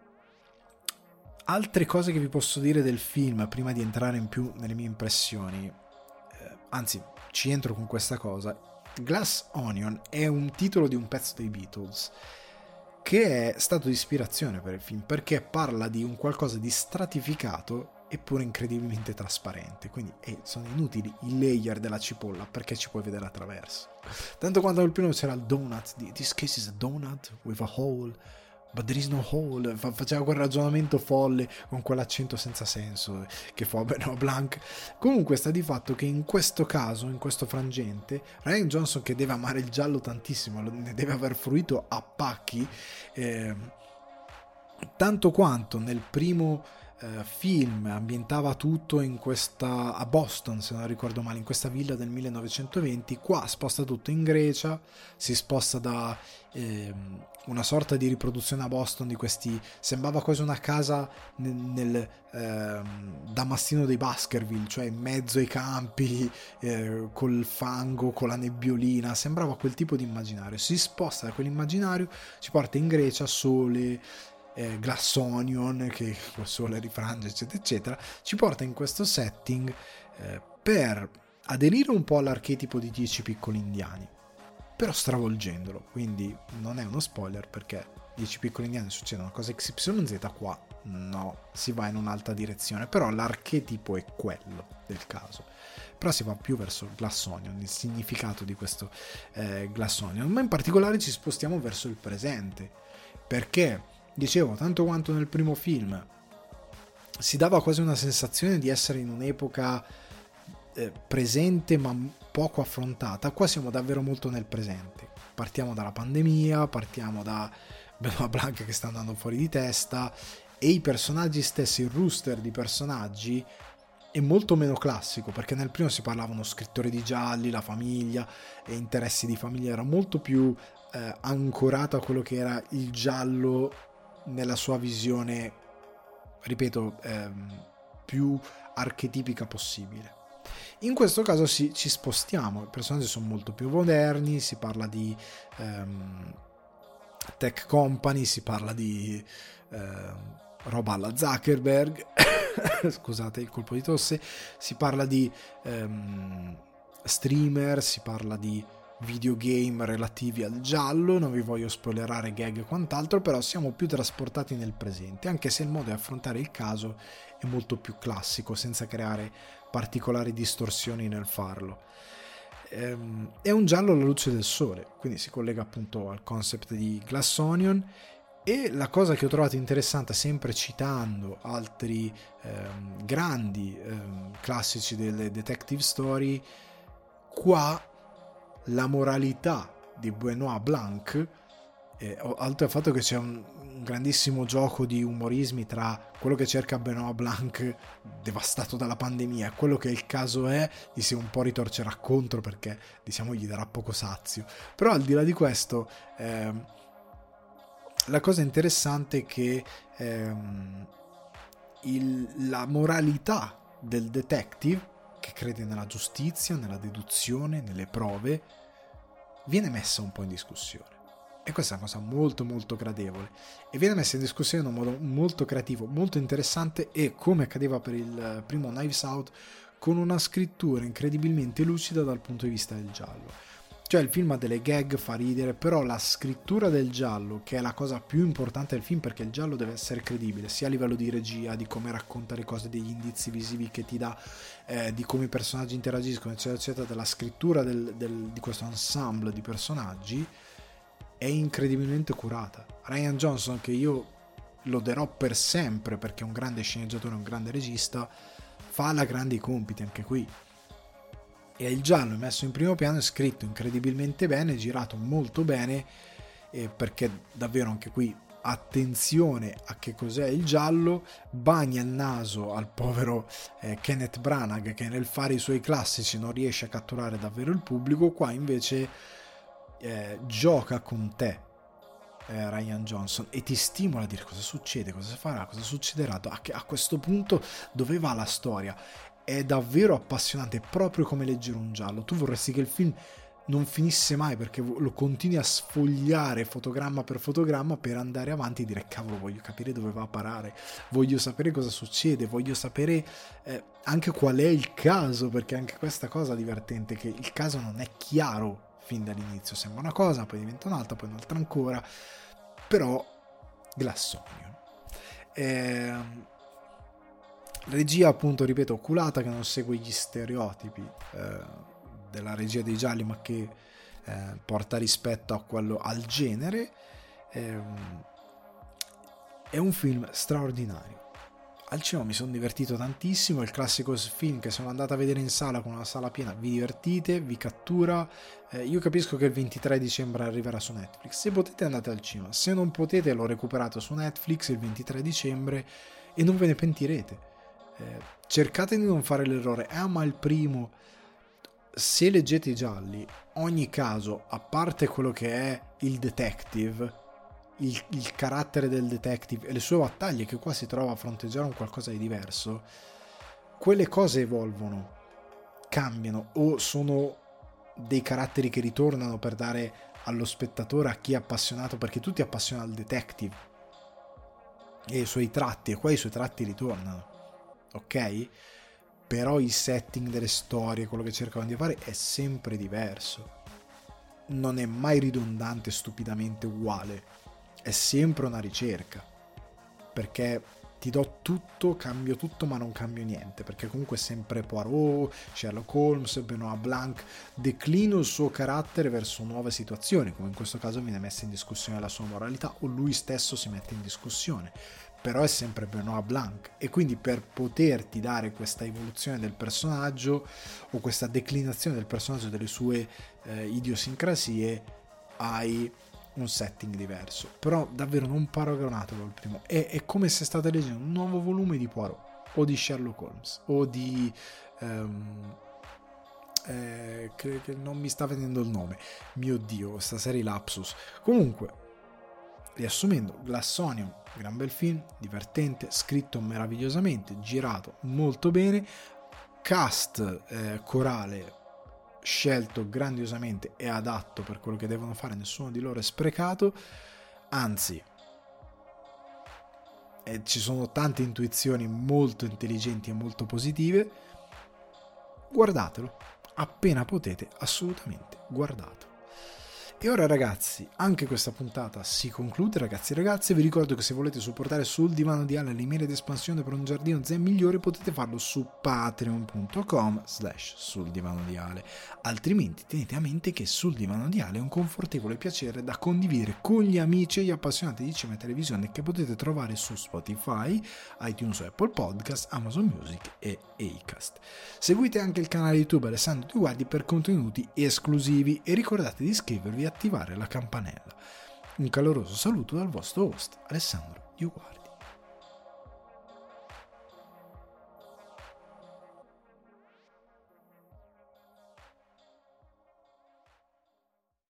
altre cose che vi posso dire del film prima di entrare in più nelle mie impressioni, eh, anzi ci entro con questa cosa. Glass Onion è un titolo di un pezzo dei Beatles che è stato di ispirazione per il film, perché parla di un qualcosa di stratificato eppure incredibilmente trasparente, quindi eh, sono inutili i layer della cipolla perché ci puoi vedere attraverso. Tanto quando nel primo c'era il donut, this case is a donut with a hole but there is no hole, faceva quel ragionamento folle con quell'accento senza senso che fa Benoit Blanc. Comunque sta di fatto che in questo caso, in questo frangente, Rian Johnson, che deve amare il giallo tantissimo, ne deve aver fruito a pacchi, eh, tanto quanto nel primo eh, film ambientava tutto in questa, a Boston se non ricordo male, in questa villa del millenovecentoventi, qua sposta tutto in Grecia, si sposta da eh, una sorta di riproduzione a Boston di questi, sembrava quasi una casa nel, nel eh, Damasino dei Baskerville, cioè in mezzo ai campi, eh, col fango, con la nebbiolina, sembrava quel tipo di immaginario. Si sposta da quell'immaginario, ci porta in Grecia, sole, eh, Glass Onion, che col sole rifrange, eccetera, eccetera, ci porta in questo setting eh, per aderire un po' all'archetipo di dieci piccoli indiani, però stravolgendolo, quindi non è uno spoiler perché dieci piccoli indiani succede una cosa X Y Z, qua no, si va in un'altra direzione, però l'archetipo è quello del caso, però si va più verso Glass Onion, il significato di questo eh, Glass Onion, ma in particolare ci spostiamo verso il presente, perché dicevo, tanto quanto nel primo film si dava quasi una sensazione di essere in un'epoca eh, presente ma poco affrontata, qua siamo davvero molto nel presente, partiamo dalla pandemia, partiamo da Benoit Blanc che sta andando fuori di testa, e i personaggi stessi, il rooster di personaggi è molto meno classico, perché nel primo si parlava uno scrittore di gialli, la famiglia e interessi di famiglia, era molto più eh, ancorato a quello che era il giallo nella sua visione, ripeto, ehm, più archetipica possibile. In questo caso sì, ci spostiamo, i personaggi sono molto più moderni, si parla di ehm, tech company, si parla di ehm, roba alla Zuckerberg, scusate il colpo di tosse, si parla di ehm, streamer, si parla di videogame relativi al giallo, non vi voglio spoilerare gag e quant'altro, però siamo più trasportati nel presente, anche se il modo di affrontare il caso è molto più classico, senza creare particolari distorsioni nel farlo. Ehm, è un giallo alla luce del sole, quindi si collega appunto al concept di Glass Onion, e la cosa che ho trovato interessante, sempre citando altri ehm, grandi ehm, classici delle detective story, qua la moralità di Benoit Blanc, eh, oltre al fatto che c'è un, un grandissimo gioco di umorismi tra quello che cerca Benoit Blanc devastato dalla pandemia e quello che il caso è, gli si un po' ritorcerà contro perché diciamo gli darà poco sazio, però al di là di questo ehm, la cosa interessante è che ehm, il, la moralità del detective, che crede nella giustizia, nella deduzione, nelle prove, viene messa un po' in discussione. E questa è una cosa molto molto gradevole. E viene messa in discussione in un modo molto creativo, molto interessante, e come accadeva per il primo Knives Out, con una scrittura incredibilmente lucida dal punto di vista del giallo. Cioè il film ha delle gag, fa ridere, però la scrittura del giallo, che è la cosa più importante del film, perché il giallo deve essere credibile, sia a livello di regia, di come racconta le cose, degli indizi visivi che ti dà, eh, di come i personaggi interagiscono, eccetera, eccetera, della scrittura del, del, di questo ensemble di personaggi, è incredibilmente curata. Rian Johnson, che io loderò per sempre perché è un grande sceneggiatore, un grande regista, fa la grande i compiti anche qui. E il giallo è messo in primo piano, è scritto incredibilmente bene, girato molto bene, eh, perché davvero anche qui attenzione a che cos'è il giallo, bagna il naso al povero eh, Kenneth Branagh, che nel fare i suoi classici non riesce a catturare davvero il pubblico. Qua invece eh, gioca con te eh, Rian Johnson e ti stimola a dire cosa succede, cosa farà, cosa succederà, a, a questo punto dove va la storia. È davvero appassionante, proprio come leggere un giallo. Tu vorresti che il film non finisse mai, perché lo continui a sfogliare fotogramma per fotogramma per andare avanti e dire cavolo, voglio capire dove va a parare, voglio sapere cosa succede, voglio sapere eh, anche qual è il caso, perché anche questa cosa è divertente, che il caso non è chiaro fin dall'inizio, sembra una cosa, poi diventa un'altra, poi un'altra ancora, però Glass Onion. Ehm... regia appunto, ripeto, oculata, che non segue gli stereotipi eh, della regia dei gialli, ma che eh, porta rispetto a quello, al genere. Eh, è un film straordinario. Al cinema mi sono divertito tantissimo, è il classico film che sono andato a vedere in sala con una sala piena, vi divertite, vi cattura. Eh, io capisco che il ventitré dicembre arriverà su Netflix, se potete andate al cinema, se non potete l'ho recuperato su Netflix il ventitré dicembre e non ve ne pentirete. Eh, cercate di non fare l'errore, ah ma il primo, se leggete i gialli, ogni caso, a parte quello che è il detective, il, il carattere del detective e le sue battaglie, che qua si trova a fronteggiare un qualcosa di diverso, quelle cose evolvono, cambiano, o sono dei caratteri che ritornano per dare allo spettatore, a chi è appassionato, perché tu ti appassiona al detective, e i suoi tratti, e qua i suoi tratti ritornano, ok? Però il setting delle storie, quello che cercano di fare è sempre diverso, non è mai ridondante, stupidamente uguale, è sempre una ricerca, perché ti do tutto, cambio tutto ma non cambio niente, perché comunque è sempre Poirot, Sherlock Holmes, Benoit Blanc, declino il suo carattere verso nuove situazioni, come in questo caso viene messa in discussione la sua moralità o lui stesso si mette in discussione, però è sempre Benoit Blanc, e quindi per poterti dare questa evoluzione del personaggio o questa declinazione del personaggio, delle sue eh, idiosincrasie, hai un setting diverso, però davvero non paragonatelo al primo. È, è come se state leggendo un nuovo volume di Poirot o di Sherlock Holmes o di um, eh, che, che non mi sta venendo il nome, mio dio, stasera lapsus. Comunque, riassumendo, Glass Onion, gran bel film, divertente, scritto meravigliosamente, girato molto bene, cast eh, corale scelto grandiosamente e adatto per quello che devono fare, nessuno di loro è sprecato, anzi eh, ci sono tante intuizioni molto intelligenti e molto positive. Guardatelo appena potete, assolutamente guardatelo. E ora ragazzi, anche questa puntata si conclude, ragazzi e ragazze. Vi ricordo che se volete supportare Sul Divano di Ale le mire d'espansione per un giardino zen migliore, potete farlo su patreon punto com slash sul divano di Ale. Altrimenti tenete a mente che Sul Divano di Ale è un confortevole piacere da condividere con gli amici e gli appassionati di cinema e televisione, che potete trovare su Spotify, iTunes, Apple Podcast, Amazon Music e Acast. Seguite anche il canale YouTube Alessandro Di Guardi per contenuti esclusivi e ricordate di iscrivervi e attivare la campanella. Un caloroso saluto dal vostro host Alessandro Di Guardi.